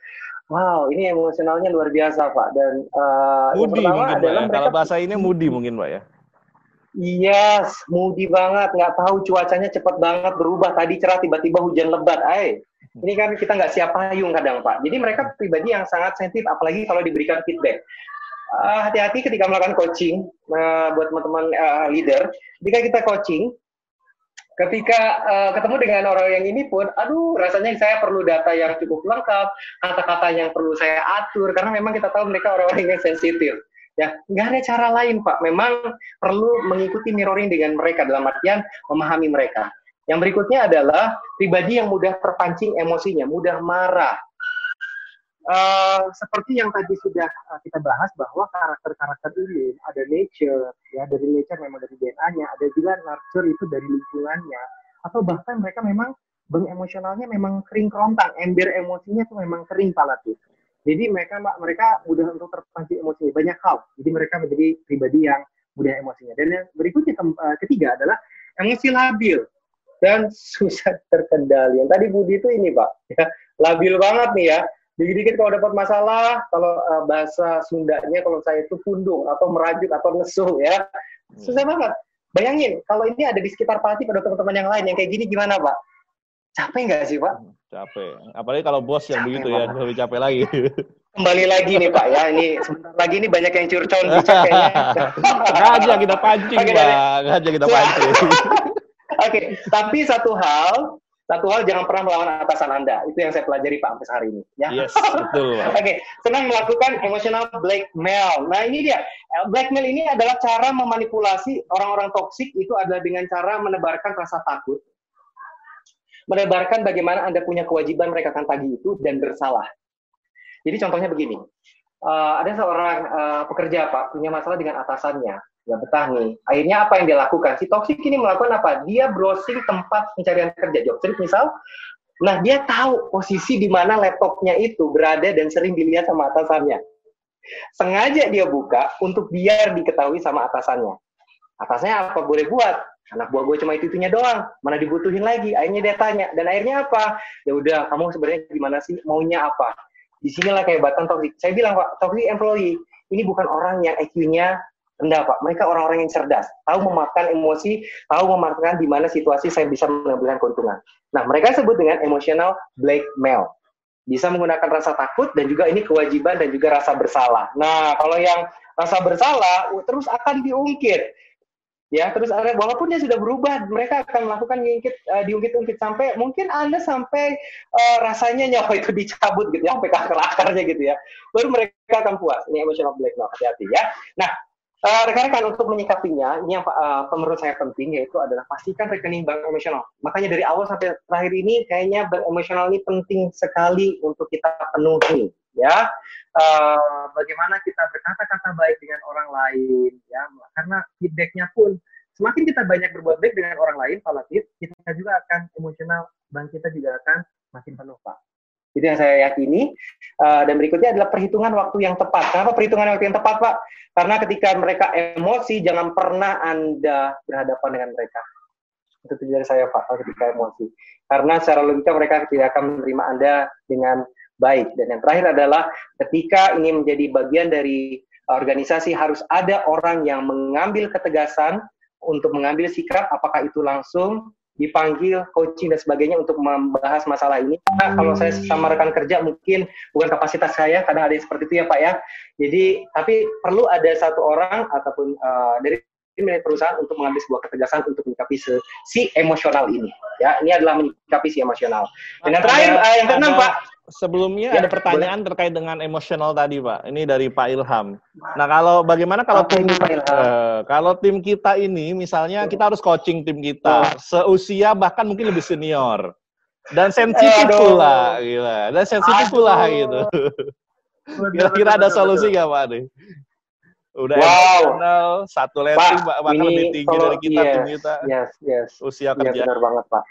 Wow, ini emosionalnya luar biasa, Pak. Dan uh, yang Moody pertama mungkin, Pak, adalah ya. mereka... Kalau bahasa ini moody mungkin, Pak, ya. Yes, moody banget. Nggak tahu cuacanya cepat banget berubah. Tadi cerah, tiba-tiba hujan lebat. Ay, ini kan kita nggak siap payung kadang, Pak. Jadi mereka pribadi yang sangat sensitif, apalagi kalau diberikan feedback. Uh, hati-hati ketika melakukan coaching uh, buat teman-teman uh, leader. Ketika kita coaching, ketika uh, ketemu dengan orang yang ini pun, aduh, rasanya saya perlu data yang cukup lengkap, kata-kata yang perlu saya atur, karena memang kita tahu mereka orang-orang yang sensitif. Ya, nggak ada cara lain, Pak. Memang perlu mengikuti mirroring dengan mereka, dalam artian memahami mereka. Yang berikutnya adalah pribadi yang mudah terpancing emosinya, mudah marah. Uh, seperti yang tadi sudah uh, kita bahas bahwa karakter-karakter ini ada nature, ya dari nature memang dari D N A-nya, ada juga nurture itu dari lingkungannya, atau bahkan mereka memang beng emosionalnya memang kering kerontang, ember emosinya itu memang kering palatif. Jadi mereka mereka mudah untuk terpancing emosinya, banyak hal. Jadi mereka menjadi pribadi yang mudah emosinya. Dan yang berikutnya uh, ketiga adalah emosi labil dan susah terkendali. Yang tadi Budi itu ini, Pak, ya, labil banget nih ya. Dikit-dikit kalau dapat masalah, kalau uh, bahasa Sundanya kalau saya itu pundung atau merajuk atau nesuh ya. Susah banget. Bayangin, kalau ini ada di sekitar Pak Latif, ada teman-teman yang lain yang kayak gini gimana, Pak? Capek nggak sih, Pak? Capek. Apalagi kalau bos yang capek begitu banget. Ya, lebih capek lagi. Kembali lagi nih, Pak, ya. Ini sebentar lagi ini banyak yang curcol di capeknya. Sengaja kita pancing, Pak. Sengaja kita pancing. Oke, okay. Tapi satu hal, Satu hal, jangan pernah melawan atasan Anda. Itu yang saya pelajari, Pak, sampai hari ini. Ya? Yes, betul. Oke, okay. Senang melakukan emotional blackmail. Nah, ini dia. Blackmail ini adalah cara memanipulasi orang-orang toksik, itu adalah dengan cara menebarkan rasa takut. Menebarkan bagaimana Anda punya kewajiban mereka akan tagih itu dan bersalah. Jadi contohnya begini. Uh, ada seorang uh, pekerja, Pak, punya masalah dengan atasannya. Ya betah nih. Akhirnya apa yang dia lakukan? Si toksik ini melakukan apa? Dia browsing tempat pencarian kerja, job search misal. Nah, dia tahu posisi di mana laptopnya itu berada dan sering dilihat sama atasannya. Sengaja dia buka untuk biar diketahui sama atasannya. Atasannya apa boleh buat? Anak buah gue cuma itu-itunya doang. Mana dibutuhin lagi? Akhirnya dia tanya. Dan akhirnya apa? Ya udah, kamu sebenarnya gimana sih? Maunya apa? Disinilah kehebatan toksik. Saya bilang, Pak, toxic employee ini bukan orang yang I Q-nya rendah, Pak. Mereka orang-orang yang cerdas, tahu memakan emosi, tahu memanfaatkan di mana situasi saya bisa mengambilkan keuntungan. Nah, mereka sebut dengan emotional blackmail. Bisa menggunakan rasa takut dan juga ini kewajiban dan juga rasa bersalah. Nah, kalau yang rasa bersalah terus akan diungkit. Ya, terus ada walaupun dia sudah berubah, mereka akan melakukan ngingkit, uh, diungkit-ungkit sampai mungkin Anda sampai uh, rasanya nyawa itu dicabut gitu ya, sampai ke akar-akarnya gitu ya. Baru mereka akan puas. Ini emotional blackmail, hati-hati ya. Nah, Uh, rekan-rekan untuk menyikapinya, ini yang uh, menurut saya penting, yaitu adalah pastikan rekening bank emosional. Makanya dari awal sampai terakhir ini, kayaknya bank emosional ini penting sekali untuk kita penuhi. Ya, uh, bagaimana kita berkata-kata baik dengan orang lain, ya, karena feedbacknya pun semakin kita banyak berbuat baik dengan orang lain, Pak Latif, kita juga akan emosional, bank kita juga akan makin penuh, Pak. Itu yang saya yakini. Uh, dan berikutnya adalah perhitungan waktu yang tepat. Kenapa perhitungan waktu yang tepat, Pak? Karena ketika mereka emosi, jangan pernah Anda berhadapan dengan mereka. Itu tujuan saya, Pak, ketika emosi. Karena secara logika mereka tidak akan menerima Anda dengan baik. Dan yang terakhir adalah ketika ini menjadi bagian dari organisasi, harus ada orang yang mengambil ketegasan untuk mengambil sikap, apakah itu langsung dipanggil, coaching, dan sebagainya untuk membahas masalah ini. Nah, kalau saya sama rekan kerja mungkin bukan kapasitas saya, kadang ada yang seperti itu ya Pak ya. Jadi, tapi perlu ada satu orang ataupun uh, dari perusahaan untuk mengambil sebuah ketegasan untuk menyikapi si, si emosional ini. Ya, ini adalah menyikapi si emosional. Dan yang terakhir, uh, yang keenam Pak. Sebelumnya ya, ada pertanyaan boleh. Terkait dengan emosional tadi, Pak. Ini dari Pak Ilham. Nah, kalau bagaimana kalau tim uh, kalau tim kita ini, misalnya kita harus coaching tim kita oh. seusia bahkan mungkin lebih senior dan sensitif pula, gila. Dan sensitif pula gitu. Kira-kira ada solusi nggak, Pak? Nih? Udah wow. emosional, satu level bahkan lebih tinggi dari kita yes, tim kita. Yes, yes. Usia kerja. Iya, benar banget, Pak.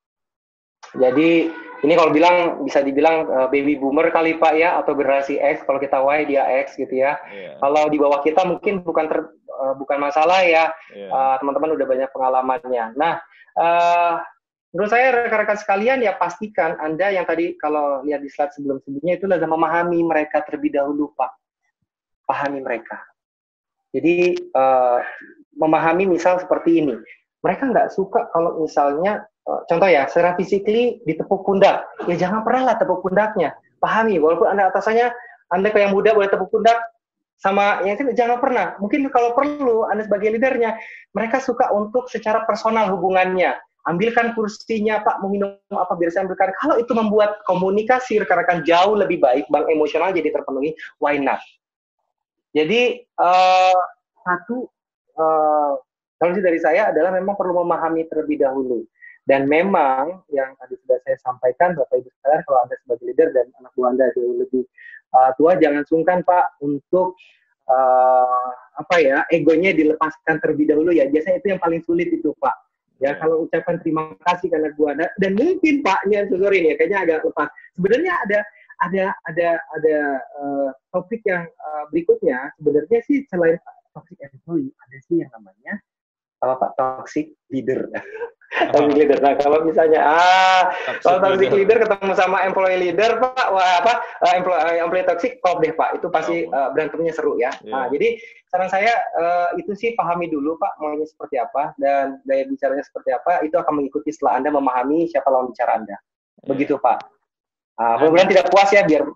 Jadi ini kalau bilang bisa dibilang uh, baby boomer kali Pak ya, atau generasi X, kalau kita Y dia X gitu ya. Yeah. Kalau di bawah kita mungkin bukan ter, uh, bukan masalah ya, yeah. uh, teman-teman udah banyak pengalamannya. Nah, uh, menurut saya rekan-rekan sekalian ya pastikan Anda yang tadi kalau lihat di slide sebelum-sebelumnya itu adalah memahami mereka terlebih dahulu, Pak. Pahami mereka. Jadi uh, memahami misal seperti ini. Mereka nggak suka kalau misalnya, uh, contoh ya, secara physically ditepuk pundak. Ya jangan pernah lah tepuk pundaknya. Pahami, walaupun Anda atasannya, Anda yang muda boleh tepuk pundak, sama yang itu jangan pernah. Mungkin kalau perlu, Anda sebagai leadernya, mereka suka untuk secara personal hubungannya. Ambilkan kursinya, Pak, mau minum apa, biar saya ambilkan. Kalau itu membuat komunikasi rekan-rekan jauh lebih baik, bank emosional jadi terpenuhi, why not? Jadi, uh, satu, uh, kalau dari saya adalah memang perlu memahami terlebih dahulu. Dan memang, yang tadi sudah saya sampaikan, Bapak Ibu sekalian, kalau Anda sebagai leader dan anak buah Anda jauh lebih uh, tua, jangan sungkan, Pak, untuk uh, apa ya, egonya dilepaskan terlebih dahulu ya. Biasanya itu yang paling sulit itu, Pak. Ya, kalau ucapan terima kasih karena gua ada, dan mungkin Pak, ini sorry nih, kayaknya agak lepas. Sebenarnya ada ada ada ada uh, topik yang uh, berikutnya. Sebenarnya sih selain toxic employee, ada sih yang namanya apa Pak, toxic leader. Toxic leader. Nah, kalau misalnya ah toxic kalau toxic leader. leader ketemu sama employee leader, Pak, wah apa uh, employee, employee toxic, kok deh Pak, itu pasti uh, berantemnya seru ya. Yeah. Nah, jadi saran saya uh, itu sih pahami dulu Pak maunya seperti apa dan daya bicaranya seperti apa, itu akan mengikuti setelah Anda memahami siapa lawan bicara Anda. Begitu Pak. Uh, mudah-mudahan tidak puas ya biar.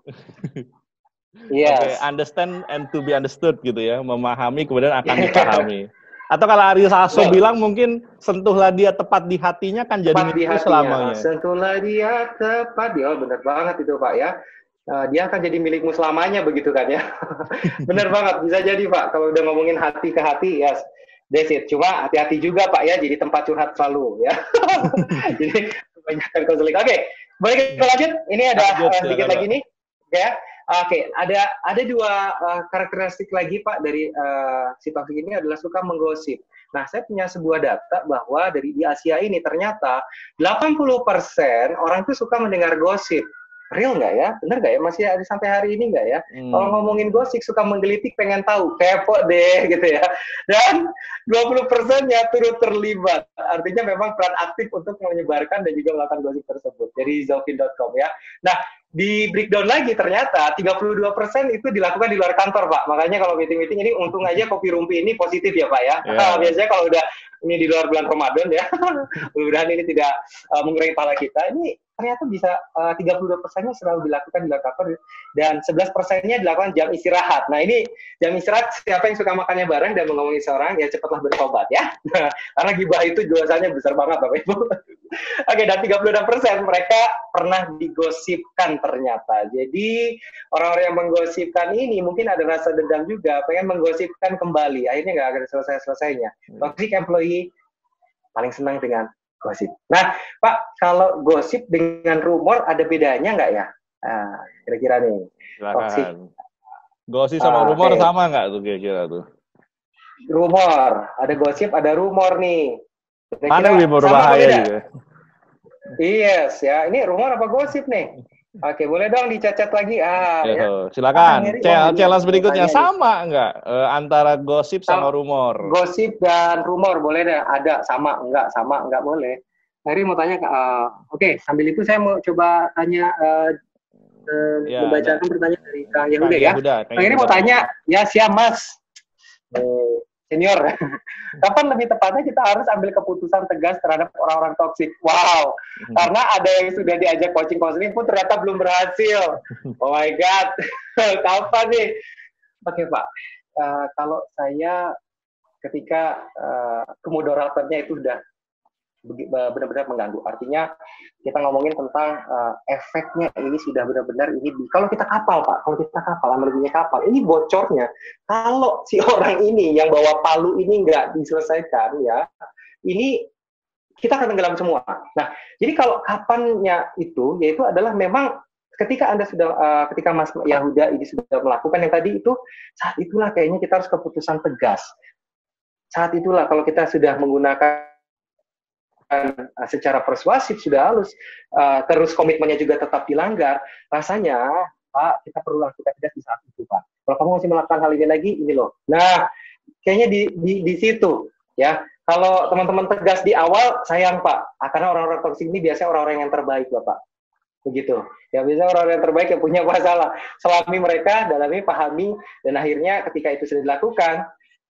Yes. Okay, understand and to be understood gitu ya, memahami kemudian akan dipahami. Atau kalau Ari Sasso oh. bilang mungkin sentuhlah dia tepat di hatinya kan jadi milikmu selamanya. Sentuhlah dia tepat, oh benar banget itu Pak ya. Uh, dia akan jadi milikmu selamanya begitu kan ya. Benar banget, bisa jadi Pak. Kalau udah ngomongin hati ke hati, ya yes, that's it. Cuma hati-hati juga Pak ya, jadi tempat curhat selalu ya. Jadi kebanyakan konseling. Oke, okay, boleh kita lanjut? Ini ada lanjut, uh, sedikit lagi nih, ya. Oke, okay, ada ada dua uh, karakteristik lagi Pak dari uh, si toxic ini adalah suka menggosip. Nah, saya punya sebuah data bahwa dari di Asia ini ternyata delapan puluh persen orang itu suka mendengar gosip. Real nggak ya? Bener nggak ya? Masih ada sampai hari ini nggak ya? Hmm. Kalau ngomongin gosip, suka menggelitik, pengen tahu. Kepo deh, gitu ya. Dan dua puluh persennya turut terlibat. Artinya memang peran aktif untuk menyebarkan dan juga melakukan gosip tersebut. Dari zofin dot com ya. Nah, di breakdown lagi ternyata tiga puluh dua persen itu dilakukan di luar kantor, Pak. Makanya kalau meeting-meeting ini, untung aja Kopi Rumpi ini positif ya, Pak ya. Yeah. Biasanya kalau udah ini di luar bulan Ramadan ya, mudah-mudahan ini tidak uh, mengurangi pahala kita. Ini ternyata bisa uh, tiga puluh dua persennya selalu dilakukan di luar kantor dan sebelas persennya dilakukan jam istirahat. Nah ini jam istirahat, siapa yang suka makannya bareng dan mengomongin seorang, ya cepatlah bertobat ya. Karena gibah itu dosanya besar banget Bapak Ibu. Oke, dan tiga puluh enam persen mereka pernah digosipkan ternyata. Jadi orang-orang yang menggosipkan ini mungkin ada rasa dendam juga, pengen menggosipkan kembali. Akhirnya nggak akan selesai-selesainya. Toxic employee paling senang dengan gosip. Nah, Pak, kalau gosip dengan rumor ada bedanya nggak ya? Nah, kira-kira nih. Toxic. Gosip sama ah, rumor okay. sama nggak tuh kira-kira tuh? Rumor, ada gosip, ada rumor nih. Kira-kira mana lebih berbahaya juga? Yes, ya. Ini rumor apa gosip nih? Oke, boleh dong dicacat lagi. Ah, ya. Silakan. Ah, challenge berikutnya sama nggak uh, antara gosip sama rumor? Gosip dan rumor boleh deh. Ada sama enggak? Sama enggak boleh. Hari mau tanya. Uh, Oke, okay, sambil itu saya mau coba tanya. Uh, uh, ya, membacakan ada. Pertanyaan dari Kang Yehuda ya. Kang ini mau tanya. Ya siap Mas. Uh, senior. Kapan lebih tepatnya kita harus ambil keputusan tegas terhadap orang-orang toksik? Wow, hmm. karena ada yang sudah diajak coaching konseling pun ternyata belum berhasil. Oh my God, kapan nih? Oke okay, Pak, uh, kalau saya ketika uh, kemudaratannya itu sudah benar-benar mengganggu. Artinya kita ngomongin tentang uh, efeknya ini sudah benar-benar ini. Kalau kita kapal Pak, kalau kita kapal, analoginya kapal, ini bocornya. Kalau si orang ini yang bawa palu ini nggak diselesaikan ya, ini kita akan tenggelam semua. Nah, jadi kalau kapannya itu, yaitu adalah memang ketika Anda sudah, uh, ketika Mas Yehuda ini sudah melakukan yang tadi itu, saat itulah kayaknya kita harus keputusan tegas. Saat itulah kalau kita sudah menggunakan secara persuasif sudah halus, uh, terus komitmennya juga tetap dilanggar, rasanya Pak kita perlu lakukan tegas di saat itu Pak. Kalau kamu masih melakukan hal ini lagi, ini loh. Nah, kayaknya di di, di situ ya kalau teman-teman tegas di awal, sayang Pak, karena orang-orang toksik ini biasanya orang-orang yang terbaik Bapak. Begitu. Ya biasanya orang-orang yang terbaik yang punya masalah. Selami mereka, dalami, pahami, dan akhirnya ketika itu sudah dilakukan,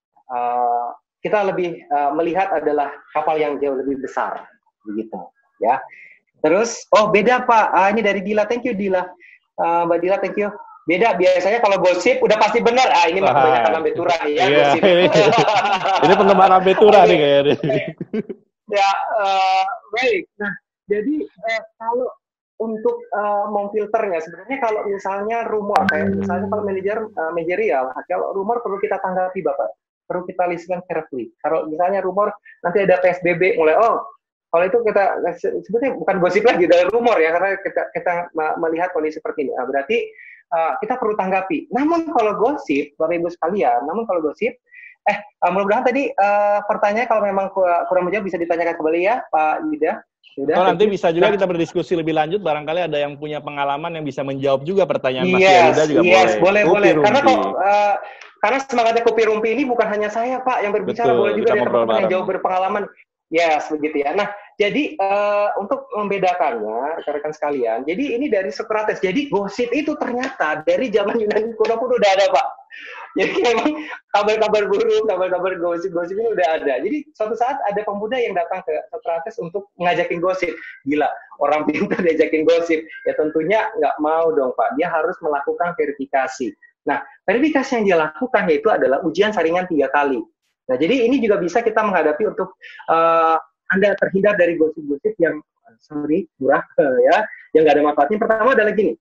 uh, kita lebih uh, melihat adalah kapal yang jauh lebih besar. Begitu. Ya. Terus, oh beda Pak, ah, ini dari Dila, thank you Dila. Uh, Mbak Dila, thank you. Beda, biasanya kalau gosip udah pasti benar. Ah, ini mah kebanyakan Ambetura nih ya, iya, gosip. Ini, ini penggemar Ambetura nih kayaknya. Ya, uh, baik. Nah, jadi uh, kalau untuk uh, memfilternya, sebenarnya kalau misalnya rumor, kayak misalnya kalau manajer uh, manajerial, kalau rumor perlu kita tanggapi Bapak, perlu kita listen carefully. Kalau misalnya rumor nanti ada P S B B mulai, oh kalau itu kita sebetulnya bukan gosip lagi, dari rumor ya, karena kita, kita melihat kondisi seperti ini. Nah, berarti uh, kita perlu tanggapi. Namun kalau gosip, Bapak Ibu sekalian, namun kalau gosip, eh uh, mudah-mudahan tadi uh, pertanyaan kalau memang kurang menjawab bisa ditanyakan kembali ya, Pak Yuda. Yuda oh, nanti bisa juga nah, kita berdiskusi lebih lanjut, barangkali ada yang punya pengalaman yang bisa menjawab juga pertanyaan yes, Mas Yuda juga yes, boleh. Boleh, boleh. Karena kok uh, karena semangatnya Kopi Rumpi ini bukan hanya saya Pak yang berbicara, betul, boleh juga dari teman-teman yang jauh berpengalaman. Yes, begitu ya. Nah, jadi uh, untuk membedakannya, rekan-rekan sekalian, jadi ini dari Socrates. Jadi gosip itu ternyata dari zaman Yunani kuno pun udah ada, Pak. Jadi memang kabar-kabar buruk, kabar-kabar gosip-gosip ini udah ada. Jadi suatu saat ada pemuda yang datang ke Socrates untuk ngajakin gosip. Gila, orang pintar diajakin gosip. Ya tentunya nggak mau dong, Pak. Dia harus melakukan verifikasi. Nah, verifikasi yang dia lakukan yaitu adalah ujian saringan tiga kali. Nah, jadi ini juga bisa kita menghadapi untuk uh, Anda terhindar dari gosip-gosip yang sorry, murah uh, ya, yang nggak ada manfaatnya. Pertama adalah gini,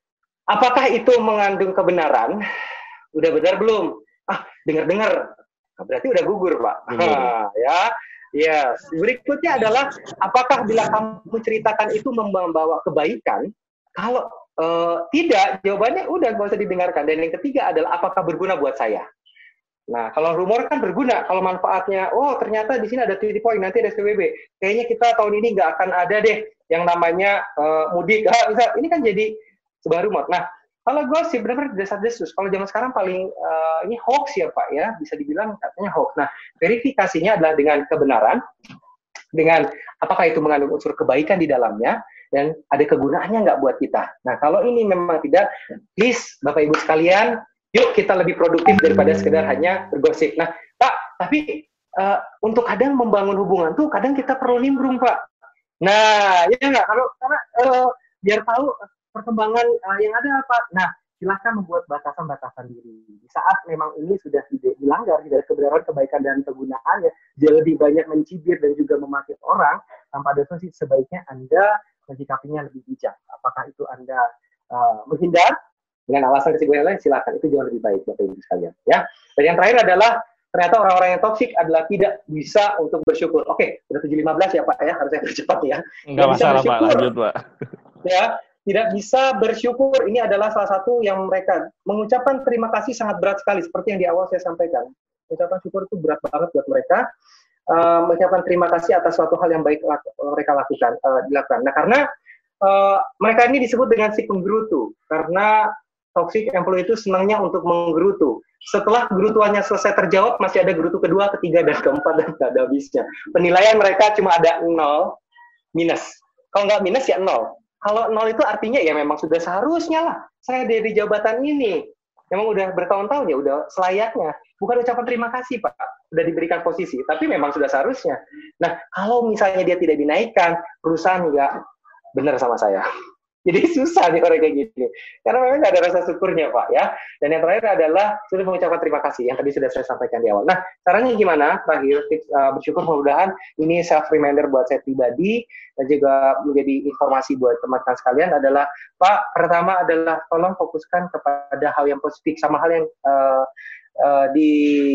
apakah itu mengandung kebenaran? Udah benar belum? Ah, dengar-dengar, nah, berarti udah gugur, Pak. Ha, ya, yes. Berikutnya adalah apakah bila kamu ceritakan itu membawa kebaikan? Kalau uh, tidak, jawabannya udah nggak usah didengarkan. Dan yang ketiga adalah apakah berguna buat saya? Nah, kalau rumor kan berguna. Kalau manfaatnya, oh ternyata di sini ada titik poin, nanti ada S P B B. Kayaknya kita tahun ini nggak akan ada deh yang namanya uh, mudik. Ah, misal, ini kan jadi sebuah rumor. Nah, kalau gosip benar-benar desas-desus. Kalau zaman sekarang paling uh, ini hoax ya Pak ya, bisa dibilang katanya hoax. Nah, verifikasinya adalah dengan kebenaran, dengan apakah itu mengandung unsur kebaikan di dalamnya, dan ada kegunaannya nggak buat kita. Nah, kalau ini memang tidak, please Bapak Ibu sekalian, yuk kita lebih produktif daripada sekedar hanya bergosip. Nah, Pak, tapi uh, untuk kadang membangun hubungan tuh kadang kita perlu nimbrung, Pak. Nah, ya nggak? Kalau karena uh, biar tahu perkembangan uh, yang ada, Pak. Nah, silahkan membuat batasan-batasan diri. Di saat memang ini sudah dilanggar dari kebenaran, kebaikan dan kegunaannya, dia lebih banyak mencibir dan juga memakai orang tanpa ada sanksi, sebaiknya Anda menyikapinya lebih bijak. Apakah itu Anda uh, menghindar dengan alasan risiko yang lain, silakan, itu jauh lebih baik Bapak Ibu sekalian ya. Dan yang terakhir adalah ternyata orang-orang yang toksik adalah tidak bisa untuk bersyukur. Oke, udah tujuh lima belas ya Pak ya, harusnya bercepat ya. Enggak masalah Pak, lanjut Pak. Ya, tidak bisa bersyukur, ini adalah salah satu yang mereka mengucapkan terima kasih sangat berat sekali, seperti yang di awal saya sampaikan. Ucapan syukur itu berat banget buat mereka. Uh, mengucapkan terima kasih atas suatu hal yang baik laku, mereka lakukan, uh, dilakukan. Nah, karena uh, mereka ini disebut dengan si penggerutu, karena toxic employee itu senangnya untuk menggerutu. Setelah gerutuannya selesai terjawab, masih ada gerutu kedua, ketiga, dan keempat, dan tidak ada habisnya. Penilaian mereka cuma ada nol, minus. Kalau nggak minus, ya nol. Kalau nol itu artinya ya memang sudah seharusnya lah. Saya ada di jabatan ini. Memang udah bertahun-tahun ya, udah selayaknya. Bukan ucapan terima kasih, Pak. Udah diberikan posisi, tapi memang sudah seharusnya. Nah, kalau misalnya dia tidak dinaikkan, perusahaan nggak benar sama saya. Jadi susah nih orang kayak gini. Karena memang nggak ada rasa syukurnya, Pak, ya. Dan yang terakhir adalah sudah mengucapkan terima kasih, yang tadi sudah saya sampaikan di awal. Nah, caranya gimana? Terakhir, tips uh, bersyukur, mudah-mudahan ini self-reminder buat saya pribadi, dan juga menjadi informasi buat teman-teman sekalian adalah, Pak, pertama adalah tolong fokuskan kepada hal yang positif, sama hal yang uh, uh, di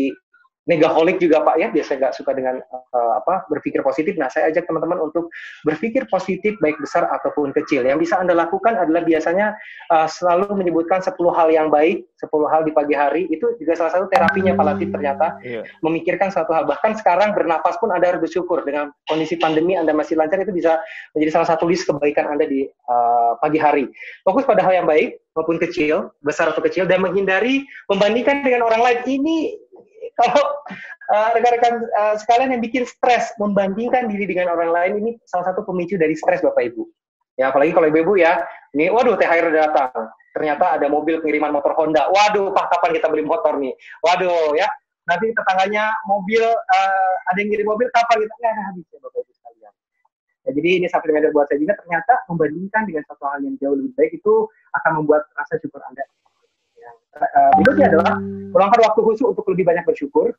negaholic juga Pak ya, biasanya nggak suka dengan uh, apa berpikir positif. Nah, saya ajak teman-teman untuk berpikir positif baik besar ataupun kecil. Yang bisa Anda lakukan adalah biasanya uh, selalu menyebutkan sepuluh hal yang baik, sepuluh hal di pagi hari. Itu juga salah satu terapinya Pak Latif ternyata. Yeah. Memikirkan satu hal. Bahkan sekarang bernafas pun Anda harus bersyukur. Dengan kondisi pandemi Anda masih lancar, itu bisa menjadi salah satu list kebaikan Anda di uh, pagi hari. Fokus pada hal yang baik maupun kecil, besar atau kecil, dan menghindari membandingkan dengan orang lain. Ini kalau uh, rekan-rekan uh, sekalian yang bikin stres, membandingkan diri dengan orang lain, ini salah satu pemicu dari stres Bapak Ibu. Ya, apalagi kalau ibu-ibu ya, ini waduh T H R udah datang, ternyata ada mobil pengiriman motor Honda, waduh Pak kapan kita beli motor nih, waduh ya, nanti tetangganya mobil, uh, ada yang ngirim mobil, kapan kita, nggak ada habisnya Bapak Ibu sekalian. Ya, jadi ini satu reminder buat saya juga, ternyata membandingkan dengan satu hal yang jauh lebih baik itu akan membuat rasa syukur Anda. Ya. Uh, berikutnya adalah meluangkan waktu khusus untuk lebih banyak bersyukur.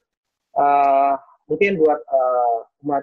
Uh, mungkin buat uh, umat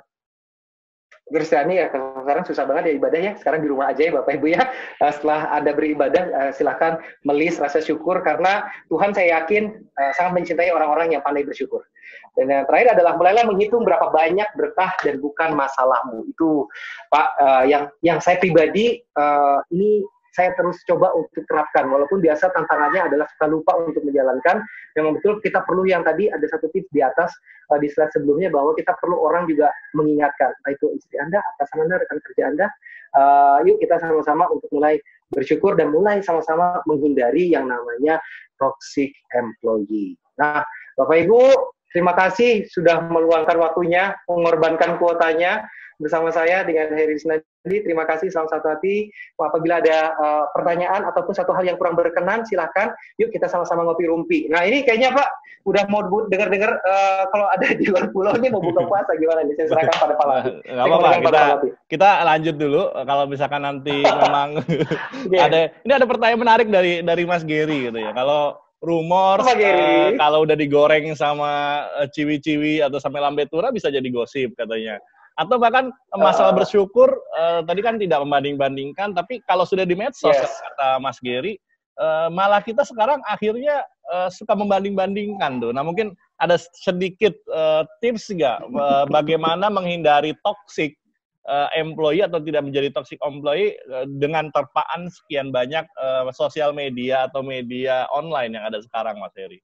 Kristiani ya, sekarang susah banget ya ibadah ya, sekarang di rumah aja ya Bapak Ibu ya. Uh, setelah Anda beribadah, uh, silakan melis rasa syukur, karena Tuhan saya yakin uh, sangat mencintai orang-orang yang pandai bersyukur. Dan yang terakhir adalah mulailah menghitung berapa banyak berkah dan bukan masalahmu. Itu Pak, uh, yang yang saya pribadi uh, ini saya terus coba untuk terapkan, walaupun biasa tantangannya adalah suka lupa untuk menjalankan. Memang betul kita perlu, yang tadi ada satu tips di atas uh, di slide sebelumnya, bahwa kita perlu orang juga mengingatkan, entah itu istri Anda, atasan Anda, rekan kerja Anda. Uh, yuk kita sama-sama untuk mulai bersyukur dan mulai sama-sama menghindari yang namanya toxic employee. Nah, Bapak Ibu, terima kasih sudah meluangkan waktunya, mengorbankan kuotanya bersama saya dengan Heri Snadi. Terima kasih, salam satu hati. Apabila ada uh, pertanyaan ataupun satu hal yang kurang berkenan, silakan. Yuk kita sama-sama ngopi rumpi. Nah ini kayaknya Pak, udah mau dengar-dengar uh, kalau ada di luar pulau ini mau buka puasa gimana nih? Saya serahkan pada Pak Latif. Nggak apa-apa, kita, kita lanjut dulu. Kalau misalkan nanti memang yeah. ada, ini ada pertanyaan menarik dari dari Mas Gary gitu ya. Kalau rumor uh, kalau udah digoreng sama uh, ciwi-ciwi atau sampai lambe tura bisa jadi gosip katanya. Atau bahkan masalah uh, bersyukur, uh, tadi kan tidak membanding-bandingkan, tapi kalau sudah di medsos, yes. kata Mas Gary, uh, malah kita sekarang akhirnya uh, suka membanding-bandingkan tuh. Nah mungkin ada sedikit uh, tips nggak uh, bagaimana menghindari toxic uh, employee atau tidak menjadi toxic employee uh, dengan terpaan sekian banyak uh, sosial media atau media online yang ada sekarang, Mas Heri?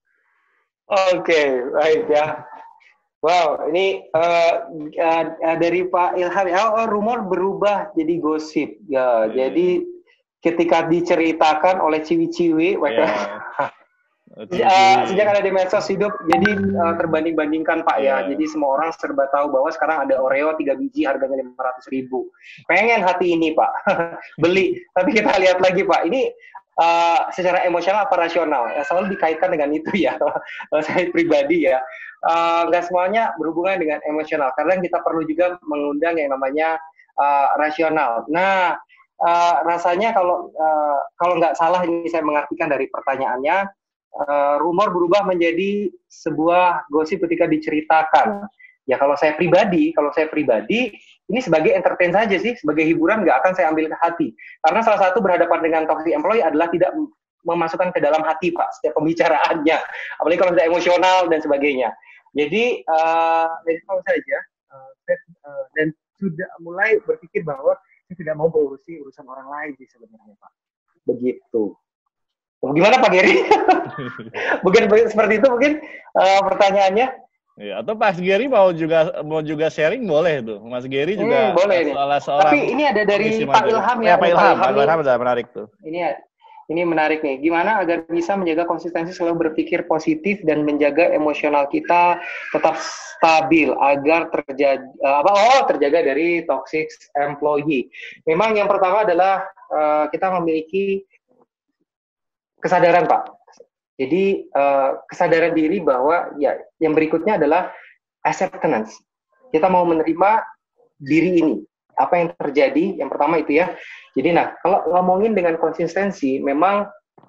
Oke, okay, baik ya. Wow, ini uh, uh, dari Pak Ilham ya, oh, rumor berubah jadi gosip. Ya, hmm. Jadi ketika diceritakan oleh ciwi-ciwi, yeah. uh, sejak ada di medsos hidup, jadi uh, terbanding-bandingkan Pak yeah. ya. Jadi semua orang serba tahu bahwa sekarang ada Oreo tiga biji harganya lima ratus ribu. Pengen hati ini Pak, beli. Tapi kita lihat lagi Pak, ini uh, secara emosional apa rasional? Ya, selalu dikaitkan dengan itu ya. Saya pribadi ya. Uh, nggak semuanya berhubungan dengan emosional. Kadang kita perlu juga mengundang yang namanya uh, rasional. Nah, uh, rasanya kalau uh, kalau nggak salah ini saya mengartikan dari pertanyaannya, uh, rumor berubah menjadi sebuah gosip ketika diceritakan. Ya kalau saya pribadi, kalau saya pribadi ini sebagai entertain saja sih, sebagai hiburan nggak akan saya ambil ke hati. Karena salah satu berhadapan dengan toxic employee adalah tidak memasukkan ke dalam hati Pak setiap pembicaraannya, apalagi kalau sudah emosional dan sebagainya. Jadi uh, dari kalau saja uh, saya, uh, dan sudah mulai berpikir bahwa saya tidak mau berurusi urusan orang lain sih sebenarnya Pak. Begitu. Gimana Pak Gary? Mungkin seperti itu mungkin uh, pertanyaannya. Ya, atau Pak Gary mau juga mau juga sharing boleh tuh. Mas Gary juga hmm, boleh salah seorang. Tapi ini ada dari Pak Ilham ya. ya Pak Ilham, Pak Ilham udah menarik tuh. Ini Ini menarik nih, gimana agar bisa menjaga konsistensi selalu berpikir positif dan menjaga emosional kita tetap stabil agar terjadi apa oh terjaga dari toxic employee. Memang yang pertama adalah uh, kita memiliki kesadaran Pak. Jadi uh, kesadaran diri bahwa ya yang berikutnya adalah acceptance. Kita mau menerima diri ini. Apa yang terjadi, yang pertama itu ya. Jadi nah, kalau ngomongin dengan konsistensi, memang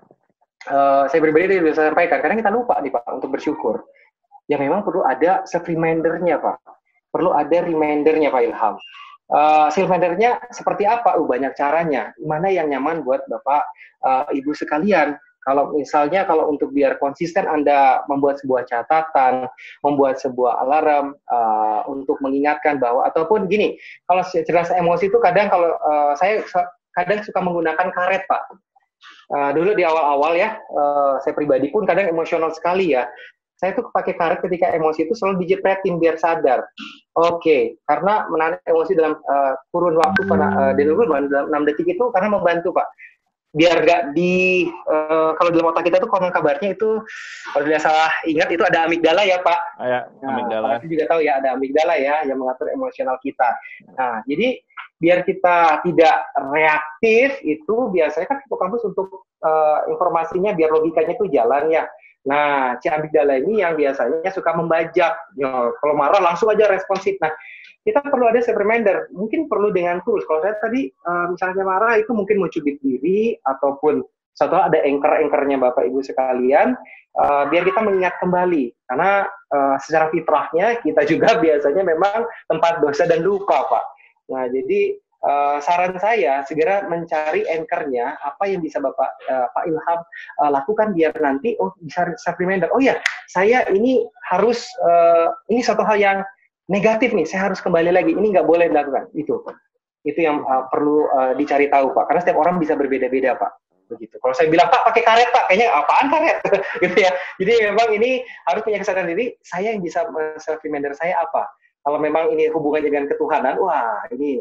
uh, saya pribadi sudah saya sampaikan, karena kita lupa nih Pak untuk bersyukur. Ya memang perlu ada self-reminder-nya Pak. Perlu ada reminder-nya Pak Ilham. Uh, self-reminder-nya seperti apa? Uh, banyak caranya. Mana yang nyaman buat Bapak, uh, Ibu sekalian. Kalau misalnya kalau untuk biar konsisten Anda membuat sebuah catatan, membuat sebuah alarm uh, untuk mengingatkan bahwa ataupun gini, kalau cerdas emosi itu kadang kalau uh, saya kadang suka menggunakan karet Pak. Uh, dulu di awal-awal ya, uh, saya pribadi pun kadang emosional sekali ya. Saya tuh pakai karet ketika emosi itu selalu dijepretin biar sadar. Oke, okay. Karena menarik emosi dalam uh, kurun waktu pada uh, dalam enam detik itu karena membantu Pak. biar nggak di uh, kalau dalam otak kita tuh konon kabarnya itu kalau tidak salah ingat itu ada amigdala ya Pak. Ah, ya, amigdala. Nah, Pak juga tahu ya ada amigdala ya yang mengatur emosional kita. Nah, jadi biar kita tidak reaktif itu biasanya kan hipokampus untuk uh, informasinya biar logikanya itu jalan ya. Nah, si amigdala ini yang biasanya suka membajak. Ya, kalau marah langsung aja responsif. Nah, kita perlu ada self reminder. Mungkin perlu dengan tools. Kalau saya tadi uh, misalnya marah itu mungkin mau cubit diri ataupun satu ada anchor-anchornya Bapak Ibu sekalian, uh, biar kita mengingat kembali. Karena uh, secara fitrahnya kita juga biasanya memang tempat dosa dan lupa, Pak. Nah, jadi uh, saran saya segera mencari anchor-nya, apa yang bisa Bapak uh, Pak Ilham uh, lakukan biar nanti oh bisa self reminder. Oh ya, saya ini harus uh, ini satu hal yang negatif nih, saya harus kembali lagi. Ini nggak boleh dilakukan. Itu, itu yang uh, perlu uh, dicari tahu, Pak. Karena setiap orang bisa berbeda-beda, Pak. Begitu. Kalau saya bilang, Pak, pakai karet, Pak. Kayaknya apaan karet? Gitu ya. Jadi memang ini harus punya kesadaran diri. Saya yang bisa self reminder saya apa? Kalau memang ini hubungannya dengan ketuhanan, wah ini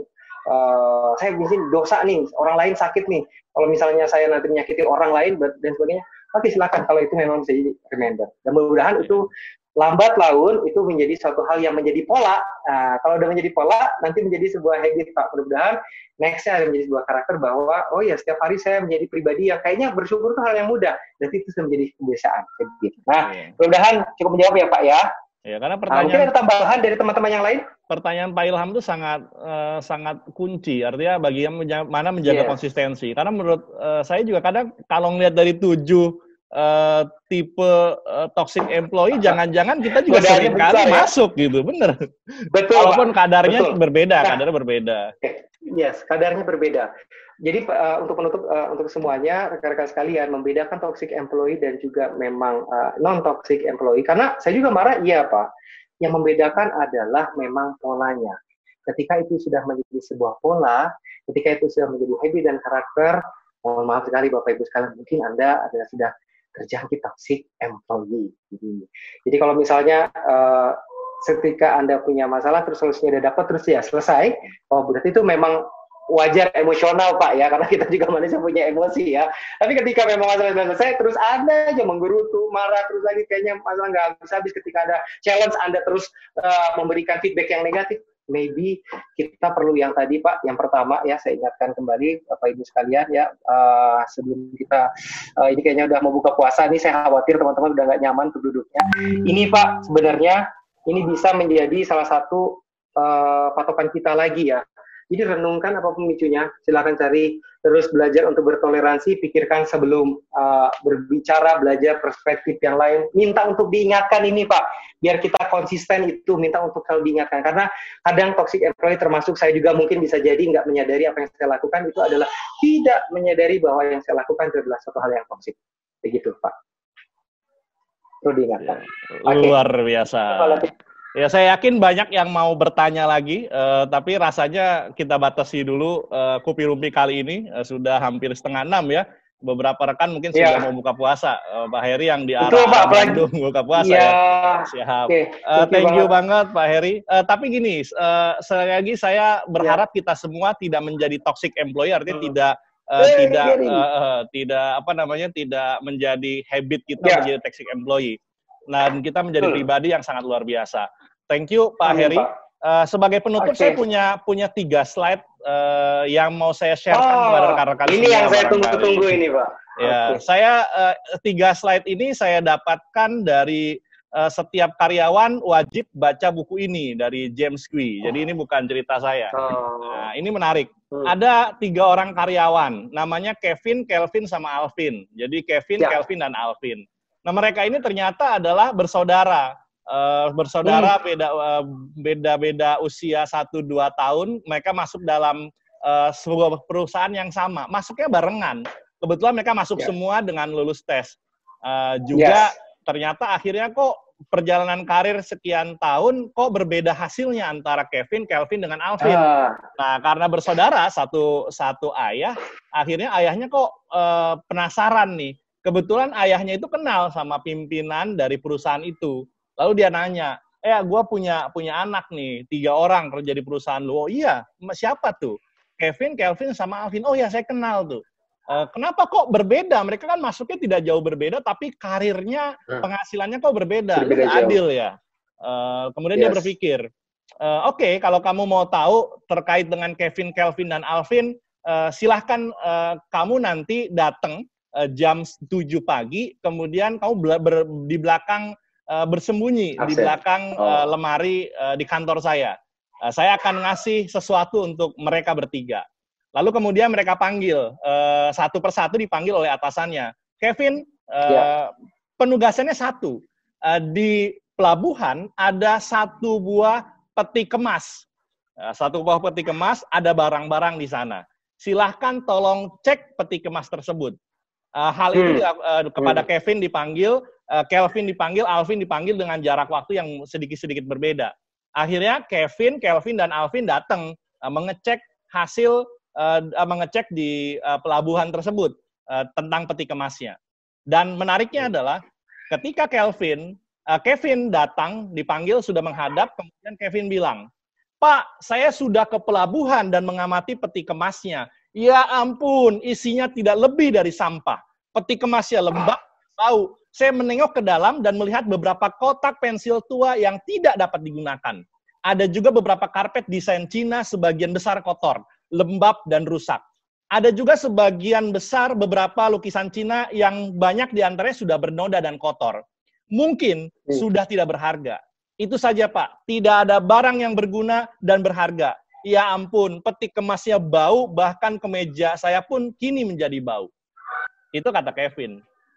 uh, saya mungkin dosa nih. Orang lain sakit nih. Kalau misalnya saya nanti menyakiti orang lain dan sebagainya, oke silakan. Kalau itu memang bisa jadi reminder. Dan mudah-mudahan itu lambat laun itu menjadi suatu hal yang menjadi pola. Nah, kalau udah menjadi pola, nanti menjadi sebuah habit, Pak. Mudah-mudahan next-nya ada menjadi sebuah karakter bahwa, oh ya, setiap hari saya menjadi pribadi yang kayaknya bersyukur itu hal yang mudah. Nanti itu sudah menjadi kebiasaan. Gitu. Nah, yeah. Mudah-mudahan cukup menjawab ya, Pak, ya. Ya, karena pertanyaan, nah, mungkin ada tambahan dari teman-teman yang lain? Pertanyaan Pak Ilham itu sangat uh, sangat kunci. Artinya bagaimana menjaga yeah. konsistensi. Karena menurut uh, saya juga kadang kalau ngelihat dari tujuh Uh, tipe uh, toxic employee, jangan-jangan kita juga sering kali ya? masuk gitu, bener. Betul. Walaupun kadarnya betul. berbeda, nah, kadarnya berbeda. Yes, kadarnya berbeda. Jadi uh, untuk penutup uh, untuk semuanya rekan-rekan sekalian membedakan toxic employee dan juga memang uh, non toxic employee. Karena saya juga marah, iya Pak. Yang membedakan adalah memang polanya. Ketika itu sudah menjadi sebuah pola, ketika itu sudah menjadi habit dan karakter, mohon maaf sekali Bapak Ibu sekalian, mungkin Anda adalah sudah terjangkit toxic employee. Jadi, jadi kalau misalnya uh, ketika Anda punya masalah terus solusinya udah dapat terus ya selesai, oh berarti itu memang wajar emosional Pak ya, karena kita juga manusia punya emosi ya. Tapi ketika memang masalah sudah selesai terus Anda aja menggerutu, marah terus lagi, kayaknya masalah nggak habis-habis. Ketika ada challenge Anda terus uh, memberikan feedback yang negatif, maybe kita perlu yang tadi Pak, yang pertama ya saya ingatkan kembali Bapak Ibu sekalian ya, uh, sebelum kita uh, ini kayaknya udah mau buka puasa nih, saya khawatir teman-teman udah nggak nyaman tuh duduknya. Ini Pak sebenarnya ini bisa menjadi salah satu uh, patokan kita lagi ya. Jadi renungkan apa pemicunya, silakan cari, terus belajar untuk bertoleransi, pikirkan sebelum uh, berbicara, belajar perspektif yang lain, minta untuk diingatkan ini Pak, biar kita konsisten itu, minta untuk selalu diingatkan, karena kadang toxic employee termasuk saya juga mungkin bisa jadi nggak menyadari apa yang saya lakukan, itu adalah tidak menyadari bahwa yang saya lakukan itu adalah suatu hal yang toxic, begitu Pak. Perlu diingatkan. Luar okay. biasa. Ya, saya yakin banyak yang mau bertanya lagi, uh, tapi rasanya kita batasi dulu uh, Kopi Rumpi kali ini, uh, sudah hampir setengah enam ya. Beberapa rekan mungkin yeah. sudah mau buka puasa. Uh, Pak Heri yang di arah Bandung buka puasa yeah. ya. Siap. Okay. Uh, thank you banget Pak Heri. Uh, tapi gini, uh, sekali lagi saya berharap yeah. kita semua tidak menjadi toxic employee, artinya hmm. tidak uh, hey, tidak hey, uh, uh, tidak apa namanya tidak menjadi habit kita yeah. menjadi toxic employee. Nah, kita menjadi hmm. pribadi yang sangat luar biasa. Thank you Pak Amin, Heri. Pak. Uh, sebagai penutup okay. saya punya punya tiga slide uh, yang mau saya sharekan oh, kepada rekan-rekan semua. Ini yang saya tunggu-tunggu ini Pak. Ya, okay. saya uh, tiga slide ini saya dapatkan dari uh, setiap karyawan wajib baca buku ini dari James Quick. Jadi oh. ini bukan cerita saya. Oh. Nah, ini menarik. Hmm. Ada tiga orang karyawan, namanya Kevin, Kelvin, sama Alvin. Jadi Kevin, ya. Kelvin, dan Alvin. Nah, mereka ini ternyata adalah bersaudara. Uh, bersaudara hmm. beda uh, beda-beda usia satu dua tahun, mereka masuk dalam uh, sebuah perusahaan yang sama. Masuknya barengan. Kebetulan mereka masuk yeah. semua dengan lulus tes. Uh, juga yes. ternyata akhirnya kok perjalanan karir sekian tahun kok berbeda hasilnya antara Kevin, Kelvin dengan Alvin. Uh. Nah, karena bersaudara satu satu ayah, akhirnya ayahnya kok uh, penasaran nih. Kebetulan ayahnya itu kenal sama pimpinan dari perusahaan itu. Lalu dia nanya, eh gue punya punya anak nih, tiga orang kerja di perusahaan lu. Oh iya, siapa tuh? Kevin, Kelvin, sama Alvin. Oh ya, saya kenal tuh. Uh, kenapa kok berbeda? Mereka kan masuknya tidak jauh berbeda, tapi karirnya, penghasilannya kok berbeda. Berbeda nggak adil ya. Uh, kemudian yes. dia berpikir, uh, oke, okay, kalau kamu mau tahu terkait dengan Kevin, Kelvin, dan Alvin, uh, silahkan uh, kamu nanti datang uh, jam tujuh pagi, kemudian kamu ber, ber, di belakang uh, bersembunyi, Absen. di belakang oh. uh, lemari uh, di kantor saya. Uh, saya akan ngasih sesuatu untuk mereka bertiga. Lalu kemudian mereka panggil, uh, satu persatu dipanggil oleh atasannya. Kevin, uh, yeah. penugasannya satu. Uh, di pelabuhan ada satu buah peti kemas. Uh, satu buah peti kemas, ada barang-barang di sana. Silahkan tolong cek peti kemas tersebut. Uh, hal hmm. itu uh, kepada hmm. Kevin dipanggil, uh, Kelvin dipanggil, Alvin dipanggil dengan jarak waktu yang sedikit-sedikit berbeda. Akhirnya Kevin, Kelvin, dan Alvin datang uh, mengecek hasil Uh, mengecek di uh, pelabuhan tersebut uh, tentang peti kemasnya. Dan menariknya adalah ketika Kelvin, uh, Kevin datang, dipanggil, sudah menghadap, kemudian Kevin bilang, Pak, saya sudah ke pelabuhan dan mengamati peti kemasnya. Ya ampun, isinya tidak lebih dari sampah. Peti kemasnya lembab, bau. Saya menengok ke dalam dan melihat beberapa kotak pensil tua yang tidak dapat digunakan. Ada juga beberapa karpet desain Cina, sebagian besar kotor, lembab dan rusak. Ada juga sebagian besar beberapa lukisan Cina yang banyak diantaranya sudah bernoda dan kotor. Mungkin hmm. sudah tidak berharga. Itu saja Pak, tidak ada barang yang berguna dan berharga. Ya ampun, peti kemasnya bau, bahkan kemeja saya pun kini menjadi bau. Itu kata Kevin.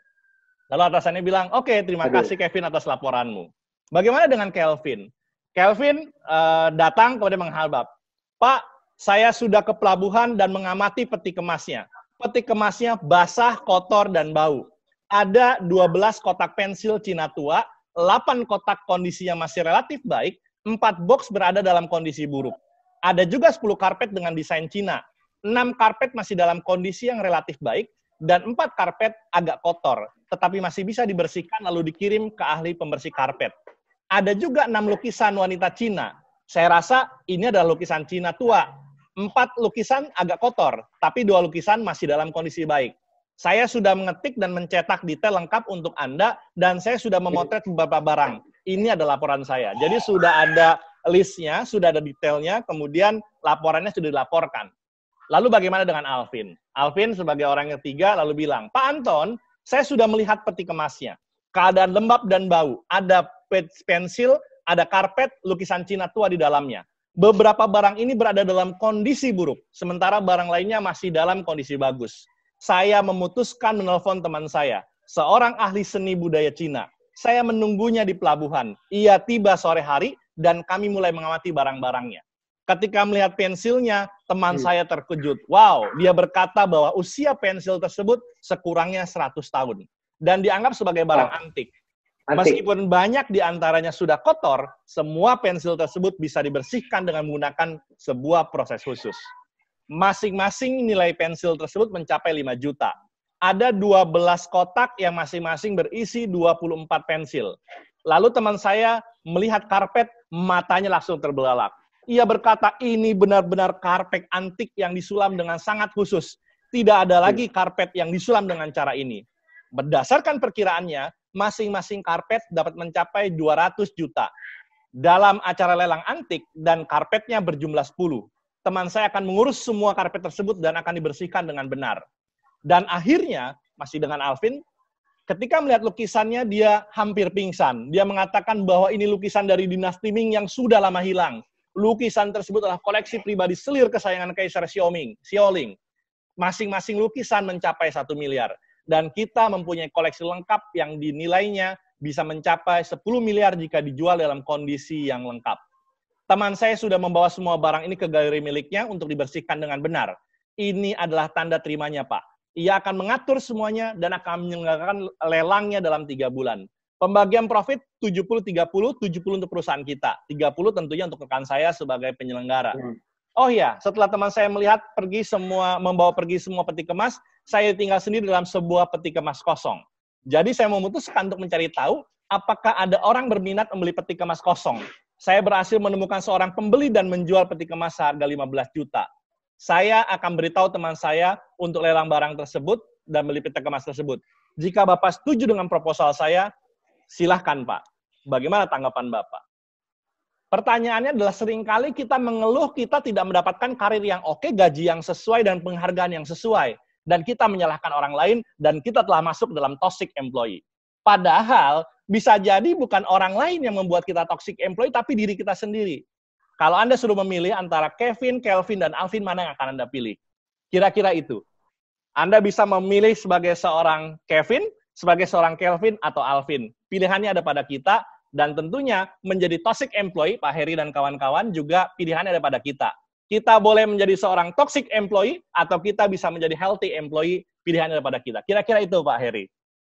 Lalu atasannya bilang, oke okay, terima Aduh. kasih Kevin atas laporanmu. Bagaimana dengan Kelvin? Kelvin uh, datang kemudian menghadap. Pak, saya sudah ke pelabuhan dan mengamati peti kemasnya. Peti kemasnya basah, kotor, dan bau. Ada dua belas kotak pensil Cina tua, delapan kotak kondisinya masih relatif baik, empat box berada dalam kondisi buruk. Ada juga sepuluh karpet dengan desain Cina, enam karpet masih dalam kondisi yang relatif baik, dan empat karpet agak kotor, tetapi masih bisa dibersihkan lalu dikirim ke ahli pembersih karpet. Ada juga enam lukisan wanita Cina. Saya rasa ini adalah lukisan Cina tua. Empat lukisan agak kotor, tapi dua lukisan masih dalam kondisi baik. Saya sudah mengetik dan mencetak detail lengkap untuk Anda, dan saya sudah memotret beberapa barang. Ini adalah laporan saya. Jadi sudah ada listnya, sudah ada detailnya, kemudian laporannya sudah dilaporkan. Lalu bagaimana dengan Alvin? Alvin sebagai orang ketiga lalu bilang, Pak Anton, saya sudah melihat peti kemasnya. Keadaan lembab dan bau. Ada pensil, ada karpet, lukisan Cina tua di dalamnya. Beberapa barang ini berada dalam kondisi buruk, sementara barang lainnya masih dalam kondisi bagus. Saya memutuskan menelpon teman saya, seorang ahli seni budaya Cina. Saya menunggunya di pelabuhan. Ia tiba sore hari, dan kami mulai mengamati barang-barangnya. Ketika melihat pensilnya, teman hmm. saya terkejut. Wow, dia berkata bahwa usia pensil tersebut sekurangnya seratus tahun. Dan dianggap sebagai barang oh. antik. Antik. Meskipun banyak di antaranya sudah kotor, semua pensil tersebut bisa dibersihkan dengan menggunakan sebuah proses khusus. Masing-masing nilai pensil tersebut mencapai lima juta. Ada dua belas kotak yang masing-masing berisi dua puluh empat pensil. Lalu teman saya melihat karpet, matanya langsung terbelalak. Ia berkata, ini benar-benar karpet antik yang disulam dengan sangat khusus. Tidak ada lagi karpet yang disulam dengan cara ini. Berdasarkan perkiraannya, masing-masing karpet dapat mencapai dua ratus juta. Dalam acara lelang antik dan karpetnya berjumlah sepuluh. Teman saya akan mengurus semua karpet tersebut dan akan dibersihkan dengan benar. Dan akhirnya, masih dengan Alvin, ketika melihat lukisannya, dia hampir pingsan. Dia mengatakan bahwa ini lukisan dari dinasti Ming yang sudah lama hilang. Lukisan tersebut adalah koleksi pribadi selir kesayangan Kaisar Xiaoming, Xiaoling. Masing-masing lukisan mencapai satu miliar. Dan kita mempunyai koleksi lengkap yang dinilainya bisa mencapai sepuluh miliar jika dijual dalam kondisi yang lengkap. Teman saya sudah membawa semua barang ini ke galeri miliknya untuk dibersihkan dengan benar. Ini adalah tanda terimanya, Pak. Ia akan mengatur semuanya dan akan menyelenggarakan lelangnya dalam tiga bulan. Pembagian profit tujuh puluh tiga puluh, tujuh puluh untuk perusahaan kita. tiga puluh tentunya untuk rekan saya sebagai penyelenggara. Hmm. Oh ya, setelah teman saya melihat pergi semua membawa pergi semua peti kemas, saya tinggal sendiri dalam sebuah peti kemas kosong. Jadi saya memutuskan untuk mencari tahu apakah ada orang berminat membeli peti kemas kosong. Saya berhasil menemukan seorang pembeli dan menjual peti kemas seharga lima belas juta. saya akan beritahu teman saya untuk lelang barang tersebut dan beli pita kemas tersebut. Jika Bapak setuju dengan proposal saya, silahkan Pak. Bagaimana tanggapan Bapak? Pertanyaannya adalah seringkali kita mengeluh kita tidak mendapatkan karir yang oke, gaji yang sesuai, dan penghargaan yang sesuai. Dan kita menyalahkan orang lain, dan kita telah masuk dalam toxic employee. Padahal, bisa jadi bukan orang lain yang membuat kita toxic employee, tapi diri kita sendiri. Kalau Anda suruh memilih antara Kevin, Kelvin, dan Alvin, mana yang akan Anda pilih? Kira-kira itu. Anda bisa memilih sebagai seorang Kevin, sebagai seorang Kelvin, atau Alvin. Pilihannya ada pada kita, dan tentunya menjadi toxic employee, Pak Heri dan kawan-kawan, juga pilihannya ada pada kita. Kita boleh menjadi seorang toxic employee, atau kita bisa menjadi healthy employee, pilihannya ada pada kita. Kira-kira itu, Pak Heri.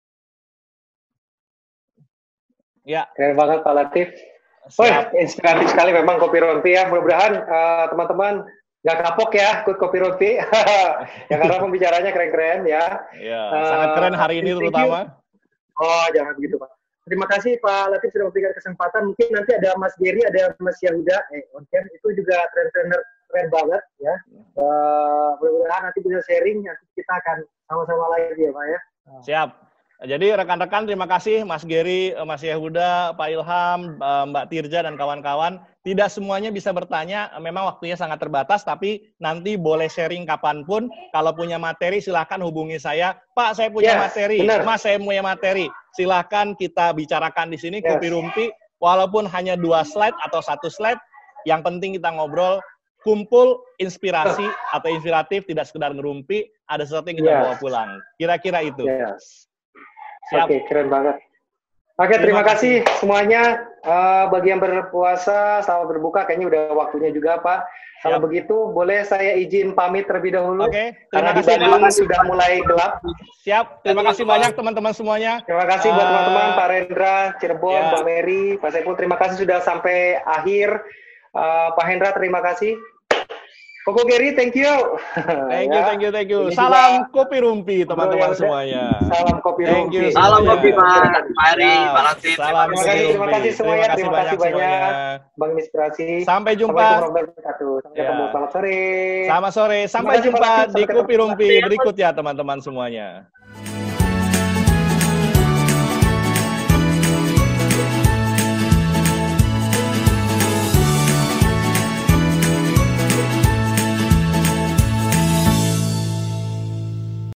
Ya. Keren banget, Pak Latif. Wah, inspiratif sekali memang Kopi Rumpi ya. Mudah-mudahan uh, teman-teman nggak kapok ya ikut Kopi Rumpi. Ya karena pembicaranya keren-keren ya. Ya, uh, sangat keren hari ini terutama. Oh, jangan begitu Pak. Terima kasih Pak Latif sudah memberikan kesempatan. Mungkin nanti ada Mas Geri, ada Mas Yahuda. Eh, mungkin itu juga trainer keren banget ya. Uh, mudah-mudahan nanti bisa sharing. Nanti kita akan sama-sama lagi ya Pak ya. Siap. Jadi rekan-rekan terima kasih Mas Geri, Mas Yahuda, Pak Ilham, Mbak Tirja dan kawan-kawan. Tidak semuanya bisa bertanya, memang waktunya sangat terbatas, tapi nanti boleh sharing kapanpun. Kalau punya materi silahkan hubungi saya. Pak, saya punya yes, materi. Benar. Mas, saya punya materi. Silahkan kita bicarakan di sini, yes. Kopi Rumpi. Walaupun hanya dua slide atau satu slide, yang penting kita ngobrol, kumpul inspirasi atau inspiratif, tidak sekedar ngerumpi, ada sesuatu yang kita yes. bawa pulang. Kira-kira itu. Yes. Oke, okay, keren banget. Oke, okay, terima, terima kasih semuanya. Uh, bagi yang berpuasa, selamat berbuka. Kayaknya udah waktunya juga, Pak. Kalau Siap. begitu, boleh saya izin pamit terlebih dahulu. Oke, okay, terima kasih. Karena di Bandung sudah mulai gelap. Siap, terima kasih banyak teman-teman semuanya. Terima kasih uh, buat teman-teman, Pak Rendra, Cirebon, yeah. Mbak Mary, Pak Saiful. Terima kasih sudah sampai akhir. Uh, Pak Hendra, terima kasih. Koko Geri, thank you. Thank you, thank you, thank you. Ini Salam juga, Kopi Rumpi, teman-teman semuanya. Salam Kopi thank Rumpi. You Salam Kopi, Pak. Pak Heri, Pak Latif. Salam terima kasih, terima kasih semuanya. Terima kasih, terima kasih banyak, banyak. Bang Inspirasi. Sampai jumpa. Sampai ketemu. Selamat sore. Selamat sore. Sampai jumpa di Kopi Rumpi berikut ya, teman-teman semuanya.